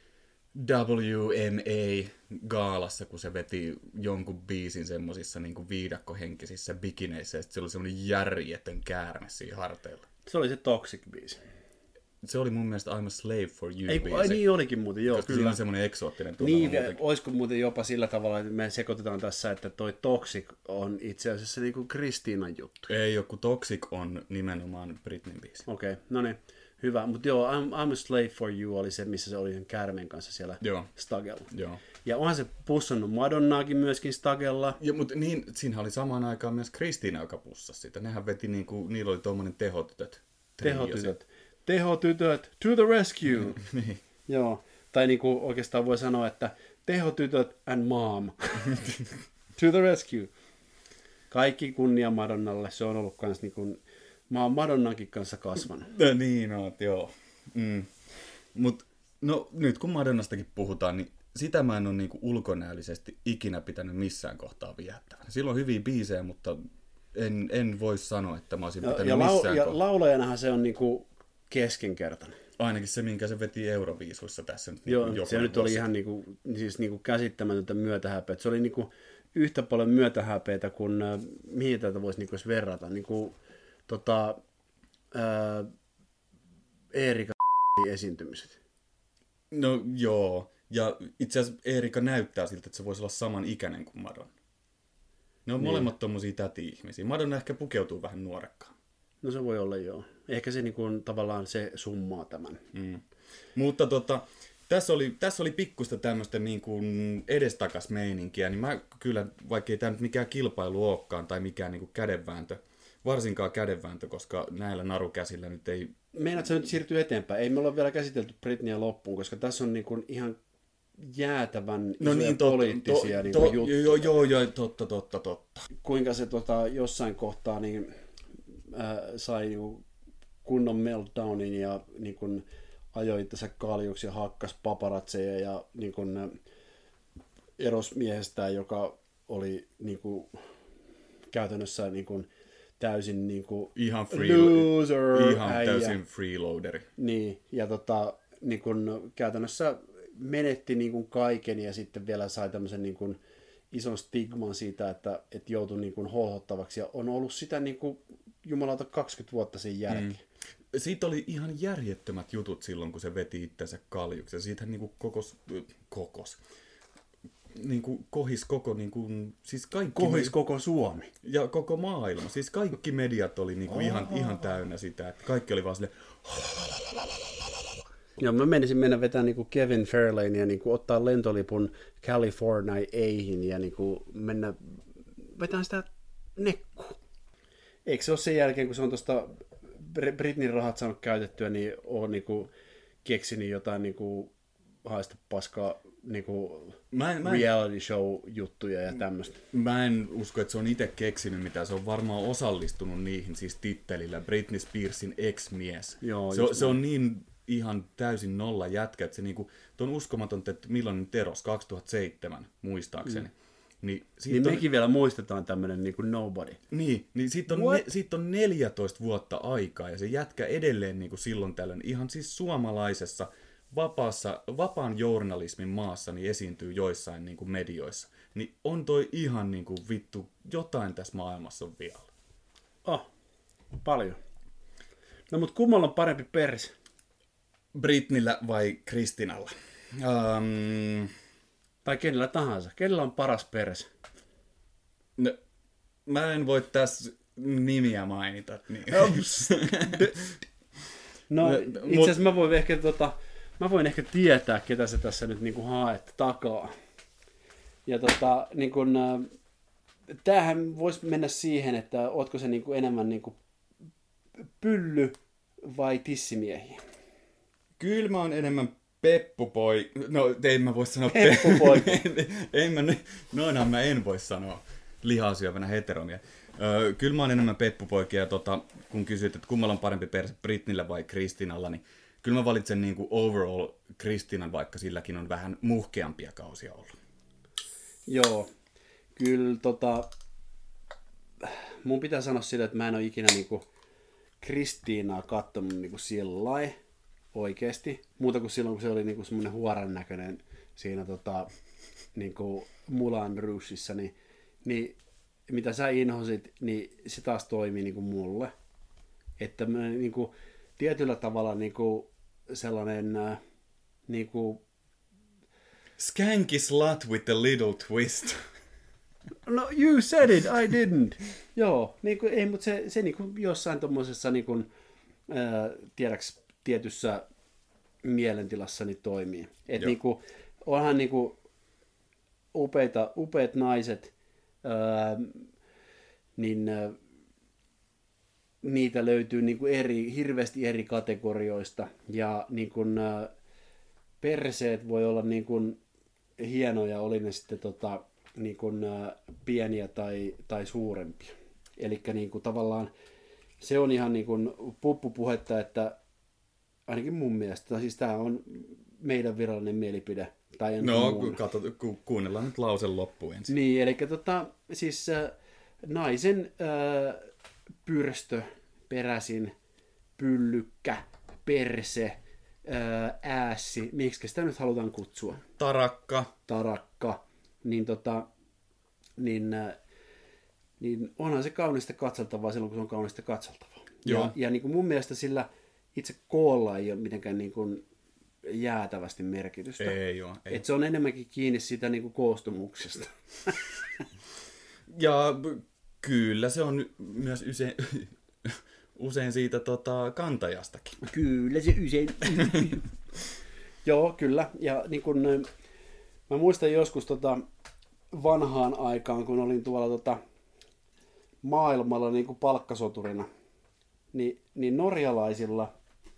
WMA-gaalassa, kun se veti jonkun biisin semmosissa niin viidakkohenkisissä bikineissä, ja sitten se oli semmoinen järjetön käärme siinä harteilla. Se oli se Toxic-biisi. Se oli mun mielestä I'm a slave for you biisi. Ai niin olikin muuten, joo. Koska kyllä. siinä on semmoinen eksoottinen tunnelma niin, muutenkin. olisiko muuten jopa sillä tavalla, että me sekoitetaan tässä, että toi Toxic on itse asiassa niinku Kristiinan juttu. Ei ole, kun Toxic on nimenomaan Britneyn biisi. Okei, no niin, hyvä. Mutta joo, I'm a slave for you oli se, missä se oli sen käärmeen kanssa siellä Stagella. Joo. Ja onhan se pussannut Madonnaakin myöskin Stagella. Ja, mutta niin, siinä oli samaan aikaan myös Kristiina, joka pussasi sitä. Nehän veti niinku, niillä oli tommonen tehotytöt. Tehotytöt, to the rescue! Niin. Joo, tai niinku oikeastaan voi sanoa, että tehotytöt and mom. To the rescue! Kaikki kunnia Madonnalle, se on ollut kans niinku, mä oon Madonnankin kanssa kasvanut. Niin oot, joo. Mut no nyt kun Madonnastakin puhutaan, niin sitä mä en ole niinku ulkonäöllisesti ikinä pitänyt missään kohtaa viehättävänä. Sillä on hyviä biisejä, mutta en voi sanoa, että mä olisin pitänyt missään kohtaa. Ja laulajanahan se on niinku keskenkertainen. Ainakin se, minkä se veti Euroviisuissa tässä nyt. Joo, niin se nyt oli ihan niinku käsittämätöntä myötähäpeä. Se oli niinku yhtä paljon myötähäpeitä kuin mihin tätä voisi niinku verrata. Niinku, Eerika esiintymiset. No joo, ja itse asiassa Eerika näyttää siltä, että se voisi olla saman ikäinen kuin Madonna. Ne on molemmat tommosia täti-ihmisiä. Madonna ehkä pukeutuu vähän nuorekkaan. No se voi olla, joo. Ehkä se niinku, tavallaan se summaa tämän. Mutta tässä oli pikkusta tämmöistä niinku edestakas meininkiä, niin mä kyllä, vaikka ei tämä nyt mikään kilpailu olekaan tai mikään niinku kädenvääntö, varsinkaan kädenvääntö, koska näillä narukäsillä nyt ei... Meinaatko nyt siirtyä eteenpäin? Ei me olla vielä käsitelty Britneyä loppuun, koska tässä on niinku ihan jäätävän poliittisia juttuja. Joo, totta. Kuinka se jossain kohtaa niin, sai niinku kunnon meltdownin ja niin ajoi itse kaljuksi ja hakkas paparatseja ja niin eros miehestään, joka oli niin kuin, käytännössä niin kuin, täysin niin kuin, ihan loser. Ihan täysin freeloaderi. Niin, ja niin kuin, käytännössä menetti niin kuin kaiken ja sitten vielä sai tämmöisen niin kuin, ison stigman siitä, että joutui niin kuin, holhottavaksi ja on ollut sitä niin kuin, jumalauta 20 vuotta sen jälkeen. Siitä oli ihan järjettömät jutut silloin, kun se veti itsensä kaljuksi. Ja siitähän niinku kohis koko niinku, siis kaikki... Kohis koko Suomi. Ja koko maailma. Siis kaikki mediat oli niinku ihan täynnä sitä. Että kaikki oli vaan silleen... Joo, mä menisin mennä vetämään niinku Kevin Fairlane ja niinku ottaa lentolipun Californiaihin ja niinku mennä vetämään sitä nekkuun. Eikö se ole sen jälkeen, kun se on tuosta Britneyn rahat saanut käytettyä, niin on niinku keksinyt jotain niinku haista paskaa niinku reality show juttuja ja tämmöistä. Mä en usko, että se on itse keksinyt mitään. Se on varmaan osallistunut niihin siis tittelillä. Britney Spearsin ex-mies. Joo, se on niin ihan täysin nolla jätkä, että se niinku, on uskomatonta, että milloin nyt eros, 2007 muistaakseni. Niin mekin vielä muistetaan tämmönen niinku nobody. Niin siitä on 14 vuotta aikaa ja se jätkä edelleen niinku silloin tällöin ihan siis suomalaisessa vapaan journalismin maassa niin esiintyy joissain niinku medioissa. Niin on toi ihan niinku vittu, jotain tässä maailmassa on vielä. Paljon. No mut kummalla on parempi perse? Britnillä vai Kristinalla? Tai kenellä tahansa. Kenellä on paras perse? No, mä en voi tässä nimiä mainita. Niin. No itse asiassa mä voin ehkä tietää, ketä se tässä nyt niinku haet takaa. Ja niin kun, tämähän voisi mennä siihen, että ootko se niinku enemmän niinku pylly vai tissimiehiä? Kyllä mä oon enemmän peppupoi. No, en mä voi sanoa peppupoi. Noinhan mä en voi sanoa lihasyövänä heteromia. Kyllä mä oon enemmän peppupoikia, ja kun kysyt, että kummalla on parempi perse, Britnillä vai Kristinalla, niin kyllä mä valitsen niinku overall Kristinan, vaikka silläkin on vähän muhkeampia kausia ollut. Joo, kyllä mun pitää sanoa sitä, että mä en ole ikinä niinku Kristiinaa kattonut niinku sillai oikeesti, muuta kuin silloin, kun se oli niinku semmoinen huoran näköinen siinä niinku Moulin Rougeissa, niin mitä sä inhosit, niin se taas toimii niinku mulle. Että mä niinku tietyllä tavalla niinku sellainen niinku skanky slut with a little twist. No you said it, I didn't. Joo, niinku ei, mutta se niinku jossain tommosessa niinku tiedäks tietyssä mielentilassa niin toimii. Et niinku onhan niinku upeat naiset, niin niitä löytyy niinku hirveästi eri kategorioista, ja niinku perseet voi olla niinku hienoja, oli ne sitten niinku pieniä tai suurempia. Elikkä niinku tavallaan se on ihan niinku puppupuhetta, että ainakin mun mielestä, siis tää on meidän virallinen mielipide. Tai kuunnellaan nyt lausen loppuun ensin. Niin, eli siis naisen pyrstö, peräsin, pyllykkä, perse, äässi, miksi sitä nyt halutaan kutsua? Tarakka, niin onhan se kaunista katseltavaa silloin, kun se on kaunista katseltavaa. Ja niin kuin mun mielestä sillä itse koolla ei ole mitenkään niin kuin jäätävästi merkitystä. Ei. Et se on enemmänkin kiinni siitä niin kuin koostumuksesta. Ja kyllä se on myös usein siitä kantajastakin. Kyllä se usein. Joo, kyllä. Ja niin kun, mä muistan joskus vanhaan aikaan, kun olin tuolla maailmalla niin kuin palkkasoturina, niin norjalaisilla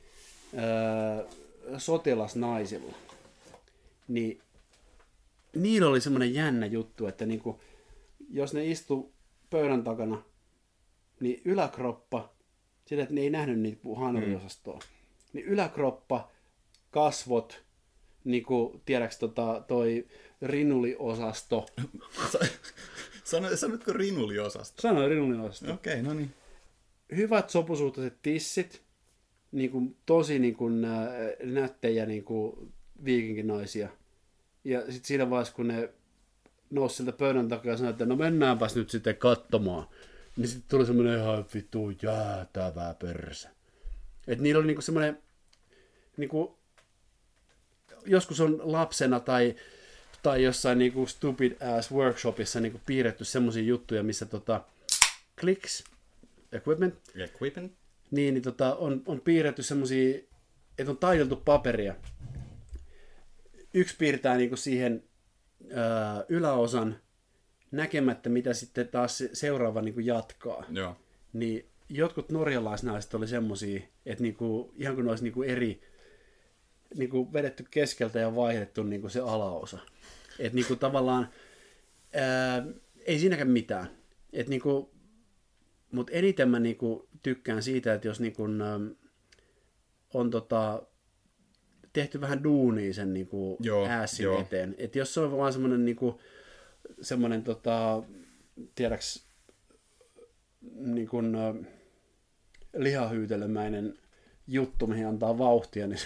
sotilasnaisilla, niin niillä oli semmoinen jännä juttu, että niin kuin, jos ne istu pöydän takana, niin yläkroppa, sillä että ne ei nähnyt niitä hanuriosastoa, niin yläkroppa, kasvot, niin kuin tiedäks toi rinuliosasto. Sanotko rinuliosasto? Sanoin rinuliosasto. Okei, no niin. Hyvät sopusuhtaiset tissit, niin kuin, tosi niin kuin, nättejä niin kuin viikinkinaisia. Ja sitten siinä vaiheessa, kun ne nousi sieltä pöydän takaa ja sanoi, että no mennäänpäs nyt sitten katsomaan, niin sitten tuli semmoinen ihan vittu jäätävä persä. Että niillä oli niinku semmoinen, niinku, joskus on lapsena tai jossain niinku stupid ass workshopissa niinku piirretty semmoisia juttuja, missä clicks, equipment, niin on piirretty semmoisia, että on taiteltu paperia. Yksi piirtää niinku siihen yläosan näkemättä, mitä sitten taas seuraava niinku jatkaa. Joo. Niin jotkut norjalaisnaiset oli semmosia, että niinku, ihan kun ne olisi niinku eri niin kuin vedetty keskeltä ja vaihdettu niin kuin se alaosa. Että niin kuin tavallaan ei siinäkään mitään. Että niin kuin, mutta eniten mä niin kuin tykkään siitä, että jos niin kuin, on tehty vähän duunia sen niin kuin ääsin eteen. Että jos se on vaan semmoinen niin kuin, semmoinen tiedäks niin kuin lihahyytelömäinen juttu, mihin antaa vauhtia, niin,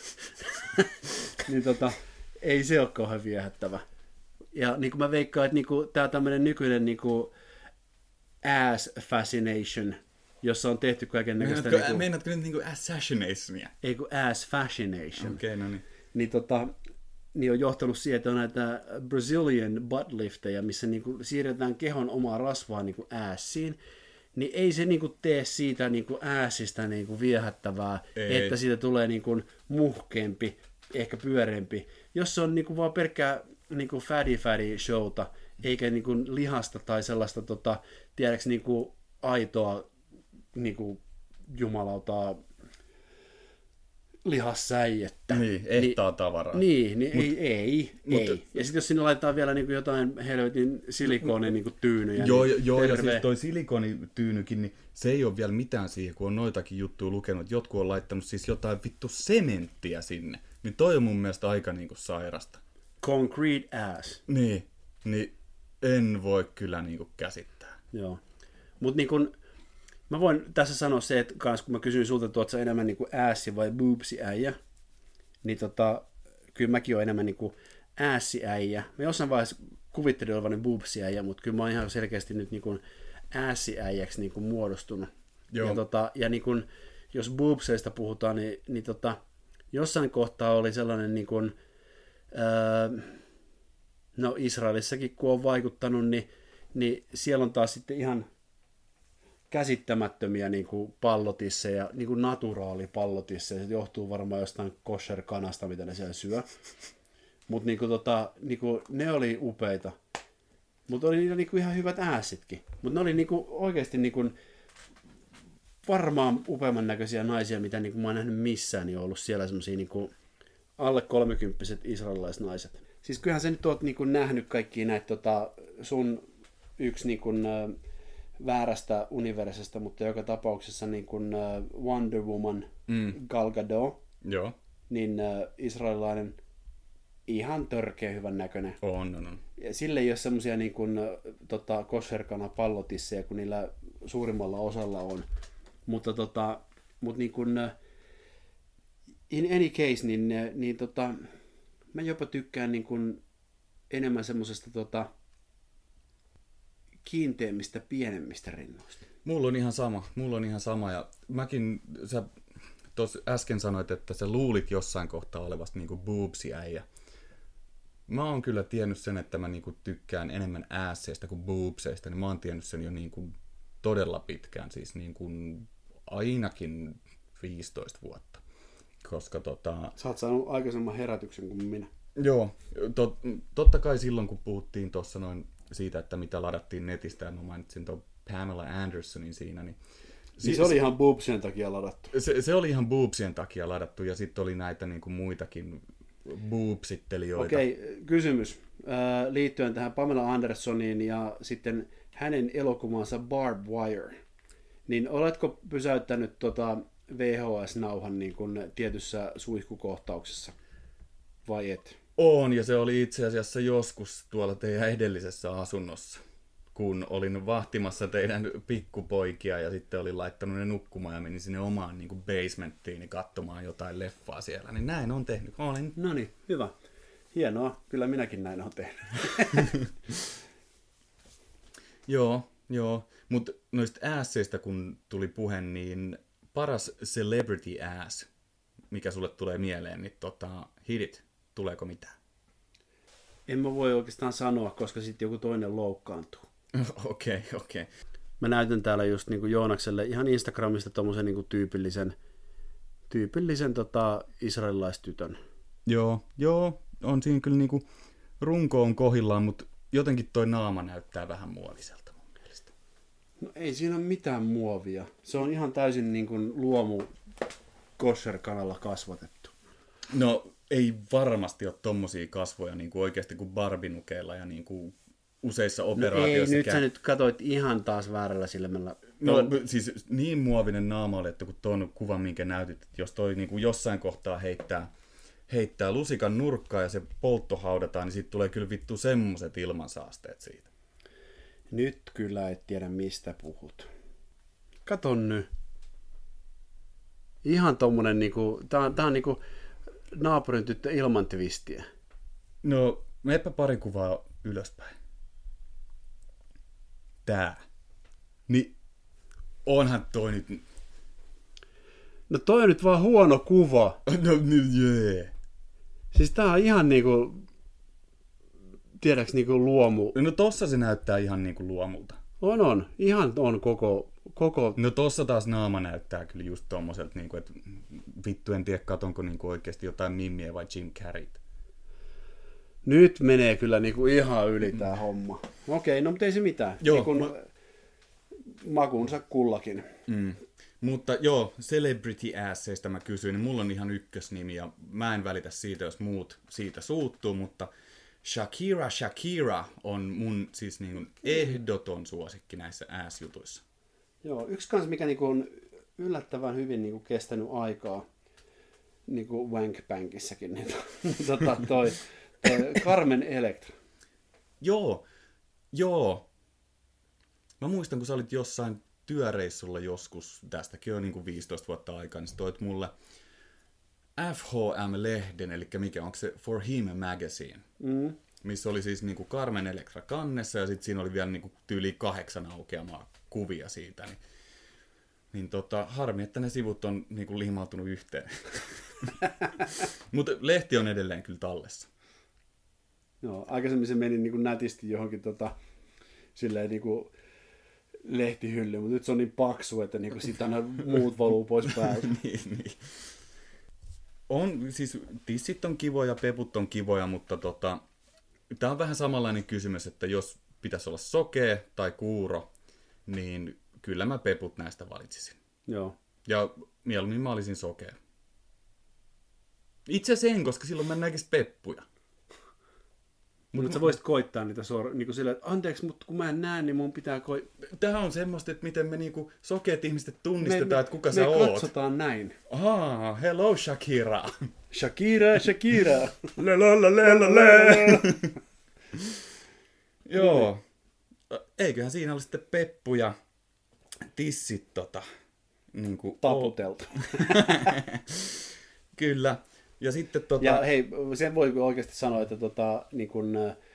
niin ei se ole kauhean viehättävä. Ja niin kuin mä veikkaan, että niin kuin, tää tämmöinen nykyinen niin kuin ass fascination, jossa on tehty kaiken näköistä... Meinaatko nyt niin kuin assassinationia? Ei kun ass fascination. Okei, no niin. Niin on johtanut siihen, että on näitä Brazilian buttlifteja, missä niin kuin siirretään kehon omaa rasvaa niin kuin assiin, niin ei se niin kuin tee siitä niin kuin assista niin kuin viehättävää, että siitä tulee niin kuin muhkeampi, ehkä pyöreämpi. Jos se on niin kuin vaan pelkkää niin kuin fatty showta, eikä niin kuin lihasta tai sellaista, tiedäks niin kuin aitoa niin kuin jumalautaa lihassäijettä. Niin, ehtaa tavaraa. Niin ei. Ja sitten jos sinne laitetaan vielä niin kuin jotain helvetin silikoonin niin kuin tyynyjä. Joo, ja siis toi silikonityynykin, niin se ei ole vielä mitään siihen, kun on noitakin juttuja lukenut, että jotkut on laittanut siis jotain vittu sementtiä sinne. Niin toi on mun mielestä aika niin kuin sairasta. Concrete ass. Niin en voi kyllä niin kuin käsittää. Joo, mutta niin kuin mä voin tässä sanoa se, että kans, kun mä kysyin sulta, että ootko sä enemmän niin kuin assi vai boobsi äijä, niin kyllä mäkin olen enemmän niin kuin assi äijä. Mä jossain vaiheessa kuvittelin olevani boobsi äijä, mutta kyllä mä oon ihan selkeästi nyt niin kuin assi äijäksi niin kuin muodostunut. Joo. Ja niin kuin, jos boobseista puhutaan, niin jossain kohtaa oli sellainen niin kuin, no Israelissakin kun on vaikuttanut, niin siellä on taas sitten ihan käsittämättömiä niin kuin pallotisseja, niin kuin naturaalipallotisseja. Se johtuu varmaan jostain kosher-kanasta, mitä ne siellä syö. Mutta niin kuin, ne oli upeita. Mutta oli niillä niin kuin ihan hyvät äässitkin. Mutta ne oli niin kuin, oikeasti niin kuin, varmaan upeamman näköisiä naisia, mitä niin kuin mä oon nähnyt missään, niin on ollut siellä semmosia niin kuin alle 30-vuotiaat israelilaisnaiset. Siis kyllähän sä nyt oot niin kuin nähnyt kaikkia näitä sun yksi niin kuin, väärästä universesta, mutta joka tapauksessa niin kuin Wonder Woman Gal Gadot, joo. Niin israelilainen ihan törkeä hyvän näköinen. On. Ja sille ei ole semmoisia niin kuin kosherkana pallotisseja, kun niillä suurimmalla osalla on. Mutta niin kuin in any case, niin mä jopa tykkään niin kuin enemmän semmosesta kiinteämmistä, pienemmistä rinnoista. Mulla on ihan sama. Ja mäkin, sä tuossa äsken sanoit, että sä luulit jossain kohtaa olevasta niinku boobsi-äijä. Mä oon kyllä tiennyt sen, että mä niinku tykkään enemmän ässeistä kuin boobseista, niin mä oon tiennyt sen jo niinku todella pitkään, siis niinku ainakin 15 vuotta. Koska Sä oot saanut aikaisemman herätyksen kuin minä. Joo, totta kai silloin kun puhuttiin tuossa noin siitä, että mitä ladattiin netistä, ja mä mainitsin tuon Pamela Andersonin siinä, niin se oli ihan boobsien takia ladattu. Se oli ihan boobsien takia ladattu, ja sitten oli näitä niin kuin muitakin boobsittelijoita. Okei, kysymys liittyen tähän Pamela Andersoniin ja sitten hänen elokuvansa Barbed Wire. Niin oletko pysäyttänyt VHS-nauhan niin kuin tietyssä suihkukohtauksessa, vai et? On, ja se oli itse asiassa joskus tuolla teidän edellisessä asunnossa, kun olin vahtimassa teidän pikkupoikia ja sitten olin laittanut ne nukkumaan ja menin sinne omaan niin kuin basementtiin katsomaan jotain leffaa siellä. Niin näin on tehnyt. No niin, hyvä. Hienoa. Kyllä minäkin näin olen tehnyt. Joo. Mutta noista asseista kun tuli puhe, niin paras celebrity ass, mikä sulle tulee mieleen, niin hit it. Tuleeko mitään? En mä voi oikeastaan sanoa, koska sitten joku toinen loukkaantuu. Okei. Mä näytän täällä just niin kuin Joonakselle ihan Instagramista tommosen niin kuin tyypillisen israelilaistytön. Joo, on siinä kyllä niin kuin runko on kohillaan, mutta jotenkin toi naama näyttää vähän muoviselta mun mielestä. No ei siinä ole mitään muovia. Se on ihan täysin niin kuin luomu kosher-kanalla kasvatettu. No ei varmasti ole tommosia kasvoja niin kuin oikeasti kuin barbinukeilla ja niin kuin useissa operaatioissa. No ei, nyt sä nyt katsoit ihan taas väärällä silmällä. No siis niin muovinen naama oli, että kun tuon kuvan, minkä näytit, että jos toi niin kuin jossain kohtaa heittää lusikan nurkkaan ja se poltto haudataan, niin siitä tulee kyllä vittu semmoset ilmansaasteet siitä. Nyt kyllä et tiedä mistä puhut. Kato nyt. Ihan tommonen niinku, tää on niinku naapurin tyttö ilman twistiä. No, meepä pari kuvaa ylöspäin. Tää. Niin, onhan toi nyt... No toi on nyt vaan huono kuva. No, jee. Siis tää on ihan niinku, tiedäks niinku luomu. No tossa se näyttää ihan niinku luomulta. On. Ihan on koko... No tossa taas naama näyttää kyllä just tommoselta, niinku, että vittu en tiedä katonko niinku oikeesti jotain Mimmiä vai Jim Carreyt. Nyt menee kyllä niinku ihan yli tää homma. Okei, no mutta ei se mitään. Joo, niin makunsa kullakin. Mutta joo, Celebrity Assista mä kysyin, niin mulla on ihan ykkösnimi ja mä en välitä siitä, jos muut siitä suuttuu, mutta Shakira on mun siis niin ehdoton suosikki näissä ass-jutuissa. Joo, yksi kans mikä niinku on yllättävän hyvin niinku kestänyt aikaa niinku Wankbankissakin, niin toi Carmen Electra. Joo. Mä muistan, kun sä olit jossain työreissulla joskus, tästäkin on niin kuin 15 vuotta aikaa, niin sä toit mulle FHM-lehden, eli mikä onko se For Him Magazine, missä oli siis niin kuin Carmen Electra kannessa, ja sitten siinä oli vielä niin kuin tyyli 8 aukeamaa kuvia siitä, niin harmi, että ne sivut on niin kuin lihmautunut yhteen. Mutta lehti on edelleen kyllä tallessa. Joo, aikaisemmin se meni niin kuin nätisti johonkin silleen niin kuin lehtihylly, mutta nyt se on niin paksu, että niin siitä aina muut valuu pois päältä. niin. On, siis tissit on kivoja, peput on kivoja, mutta tämä on vähän samanlainen kysymys, että jos pitäisi olla sokea tai kuuro, niin kyllä mä peput näistä valitsisin. Joo. Ja mieluummin mä olisin sokea. Itse asiassa en, koska silloin mä en näkisi peppuja. Mutta sä voisit koittaa niitä niin silleen, että anteeksi, mutta kun mä en näe, niin mun pitää Tämä on semmoista, että miten me niinku sokeat ihmiset tunnistetaan, että kuka sä oot. Me katsotaan näin. Hello Shakira. Shakira. Le. Joo. Eiköhän siinä ole sitten peppu ja tissit niinku taputeltu. Kyllä. Ja sitten Ja hei, sen voi oikeasti sanoa, että niin kun,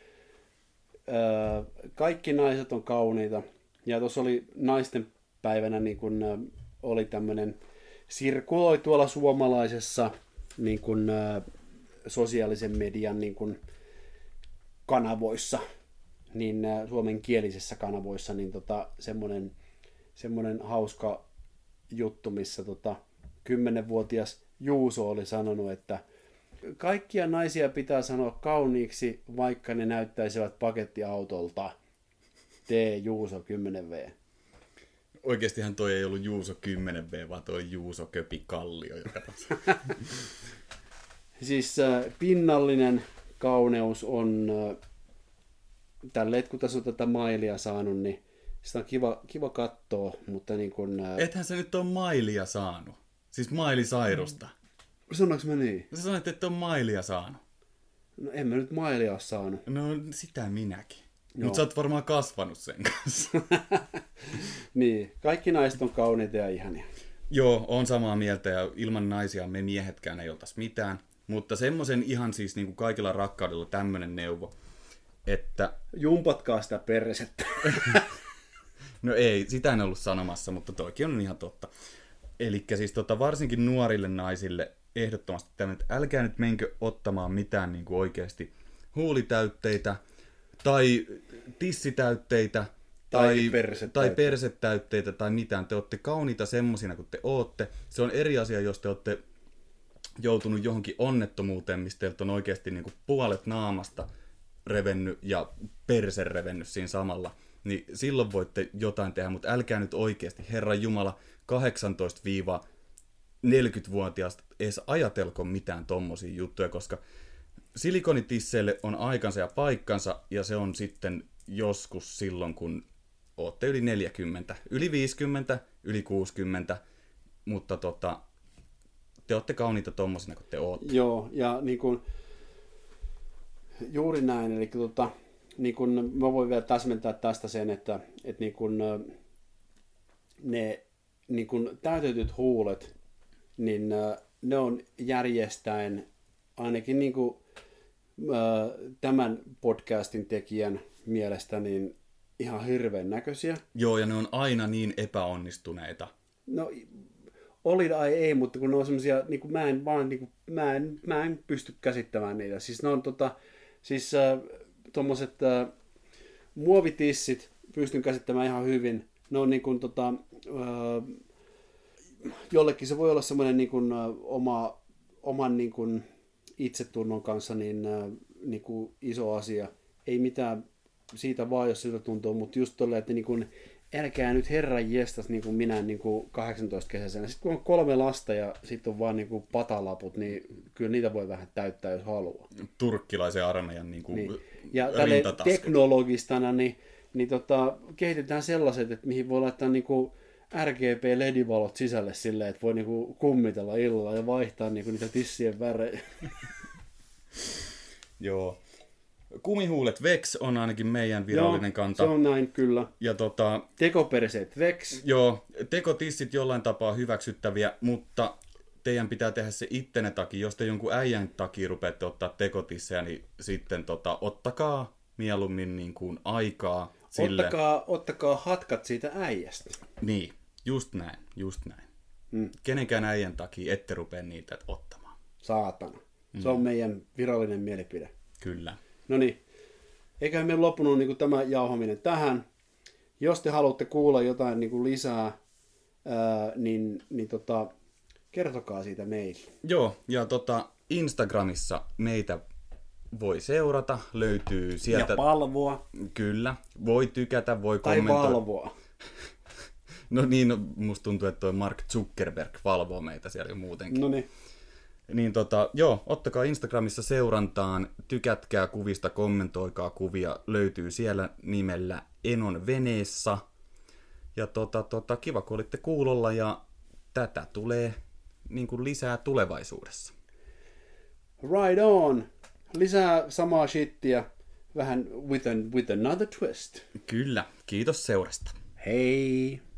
kaikki naiset on kauniita. Ja tuossa oli naisten päivänä niin kun, oli tämmöinen sirkuloi tuolla suomalaisessa niin kun, sosiaalisen median niin kun, kanavoissa, niin suomenkielisessä kanavoissa, niin semmoinen hauska juttu, missä 10-vuotias Juuso oli sanonut, että kaikkia naisia pitää sanoa kauniiksi, vaikka ne näyttäisivät pakettiautolta. Tee Juuso 10V. Oikeastihan toi ei ollut Juuso 10V, vaan toi Juuso Köpi Kallio. Siis pinnallinen kauneus on tälleen, kun tässä on tätä mailia saanut, niin sitä on kiva katsoa, mutta niin kuin... Ethän sä nyt on mailia saanut. Siis Miley Cyrusta. Sanoinko mä niin? Sä sanoit, että on Mileyä saanut. No en mä nyt Mileyä ole saanut. No sitä minäkin. Mutta sä oot varmaan kasvanut sen kanssa. Niin, kaikki naiset on kauniita ja ihania. Joo, on samaa mieltä ja ilman naisia me miehetkään ei oltaisi mitään. Mutta semmoisen ihan siis niin kuin kaikilla rakkaudella tämmönen neuvo, että... Jumpatkaa sitä persettä. No ei, sitä en ollut sanomassa, mutta toikin on ihan totta. Elikkä siis varsinkin nuorille naisille ehdottomasti tämmöinen, että älkää nyt menkö ottamaan mitään niin kuin oikeasti huulitäytteitä tai tissitäytteitä tai persetäytteitä tai mitään. Te olette kauniita semmosina kuin te ootte. Se on eri asia, jos te olette joutunut johonkin onnettomuuteen, mistä teiltä on oikeasti niin kuin puolet naamasta revennyt ja perse revennyt siinä samalla. Niin silloin voitte jotain tehdä, mutta älkää nyt oikeasti, Herran Jumala, 40-vuotiaasta edes ajatelko mitään tommosia juttuja, koska silikonitisseille on aikansa ja paikkansa, ja se on sitten joskus silloin, kun ootte yli 40, yli 50, yli 60, mutta te ootte kauniita tommosina, kun te ootte. Joo, ja niin kun, juuri näin, eli niin kun, mä voin vielä täsmentää tästä sen, että niin kun, ne niin kun täytetyt huulet, niin ne on järjestäen ainakin niin kun, tämän podcastin tekijän mielestä niin ihan hirveän näköisiä. Joo, ja ne on aina niin epäonnistuneita. No, oli tai ei, mutta kun ne on semmosia, niin kuin mä en pysty käsittämään niitä. Siis ne on tommoset muovitissit pystyn käsittämään ihan hyvin. Ne on niin kuin jollekin se voi olla semmoinen niin kuin oman niin kuin itsetunnon kanssa niin kuin iso asia. Ei mitään siitä vaan, jos sitä tuntuu, mutta just tolleen, että niin kuin, älkää nyt herran jestas niin kuin minä niin kuin 18-kesäisenä. Sitten kun on 3 lasta ja sitten on vaan niin kuin patalaput, niin kyllä niitä voi vähän täyttää, jos haluaa. Turkkilaisen armeijan niin kuin niin. Ja tälle teknologistana niin kehitetään sellaiset, että mihin voi laittaa niin kuin RGB-ledivalot sisälle silleen, että voi niin kuin kummitella illalla ja vaihtaa niin kuin niitä tissien värejä. Joo. Kumihuulet Vex on ainakin meidän virallinen kanta. Se on näin, kyllä. Ja tekoperseet Vex. Joo, tekotissit jollain tapaa hyväksyttäviä, mutta teidän pitää tehdä se ittenne takia. Jos te jonkun äijän takia rupeatte ottaa tekotissejä, niin sitten ottakaa mieluummin niin kuin aikaa sille. Ottakaa hatkat siitä äijästä. Niin, just näin. Kenenkään äijän takia ette rupea niitä ottamaan. Saatana. Se on meidän virallinen mielipide. Kyllä. No niin, eiköhän meillä loppunut niin kuin tämä jauhaminen tähän. Jos te haluatte kuulla jotain niin kuin lisää, niin kertokaa siitä meille. Joo, ja Instagramissa meitä voi seurata, löytyy sieltä. Ja palvoa. Kyllä, voi tykätä, voi tai kommentoida. Tai valvoa. No niin, musta tuntuu, että toi Mark Zuckerberg valvoo meitä siellä jo muutenkin. No niin. Niin joo, ottakaa Instagramissa seurantaan, tykätkää kuvista, kommentoikaa kuvia, löytyy siellä nimellä Enon veneessä. Ja kiva, kun olitte kuulolla ja tätä tulee niin kuin lisää tulevaisuudessa. Right on! Lisää samaa shittiä, vähän with another twist. Kyllä, kiitos seurasta. Hei!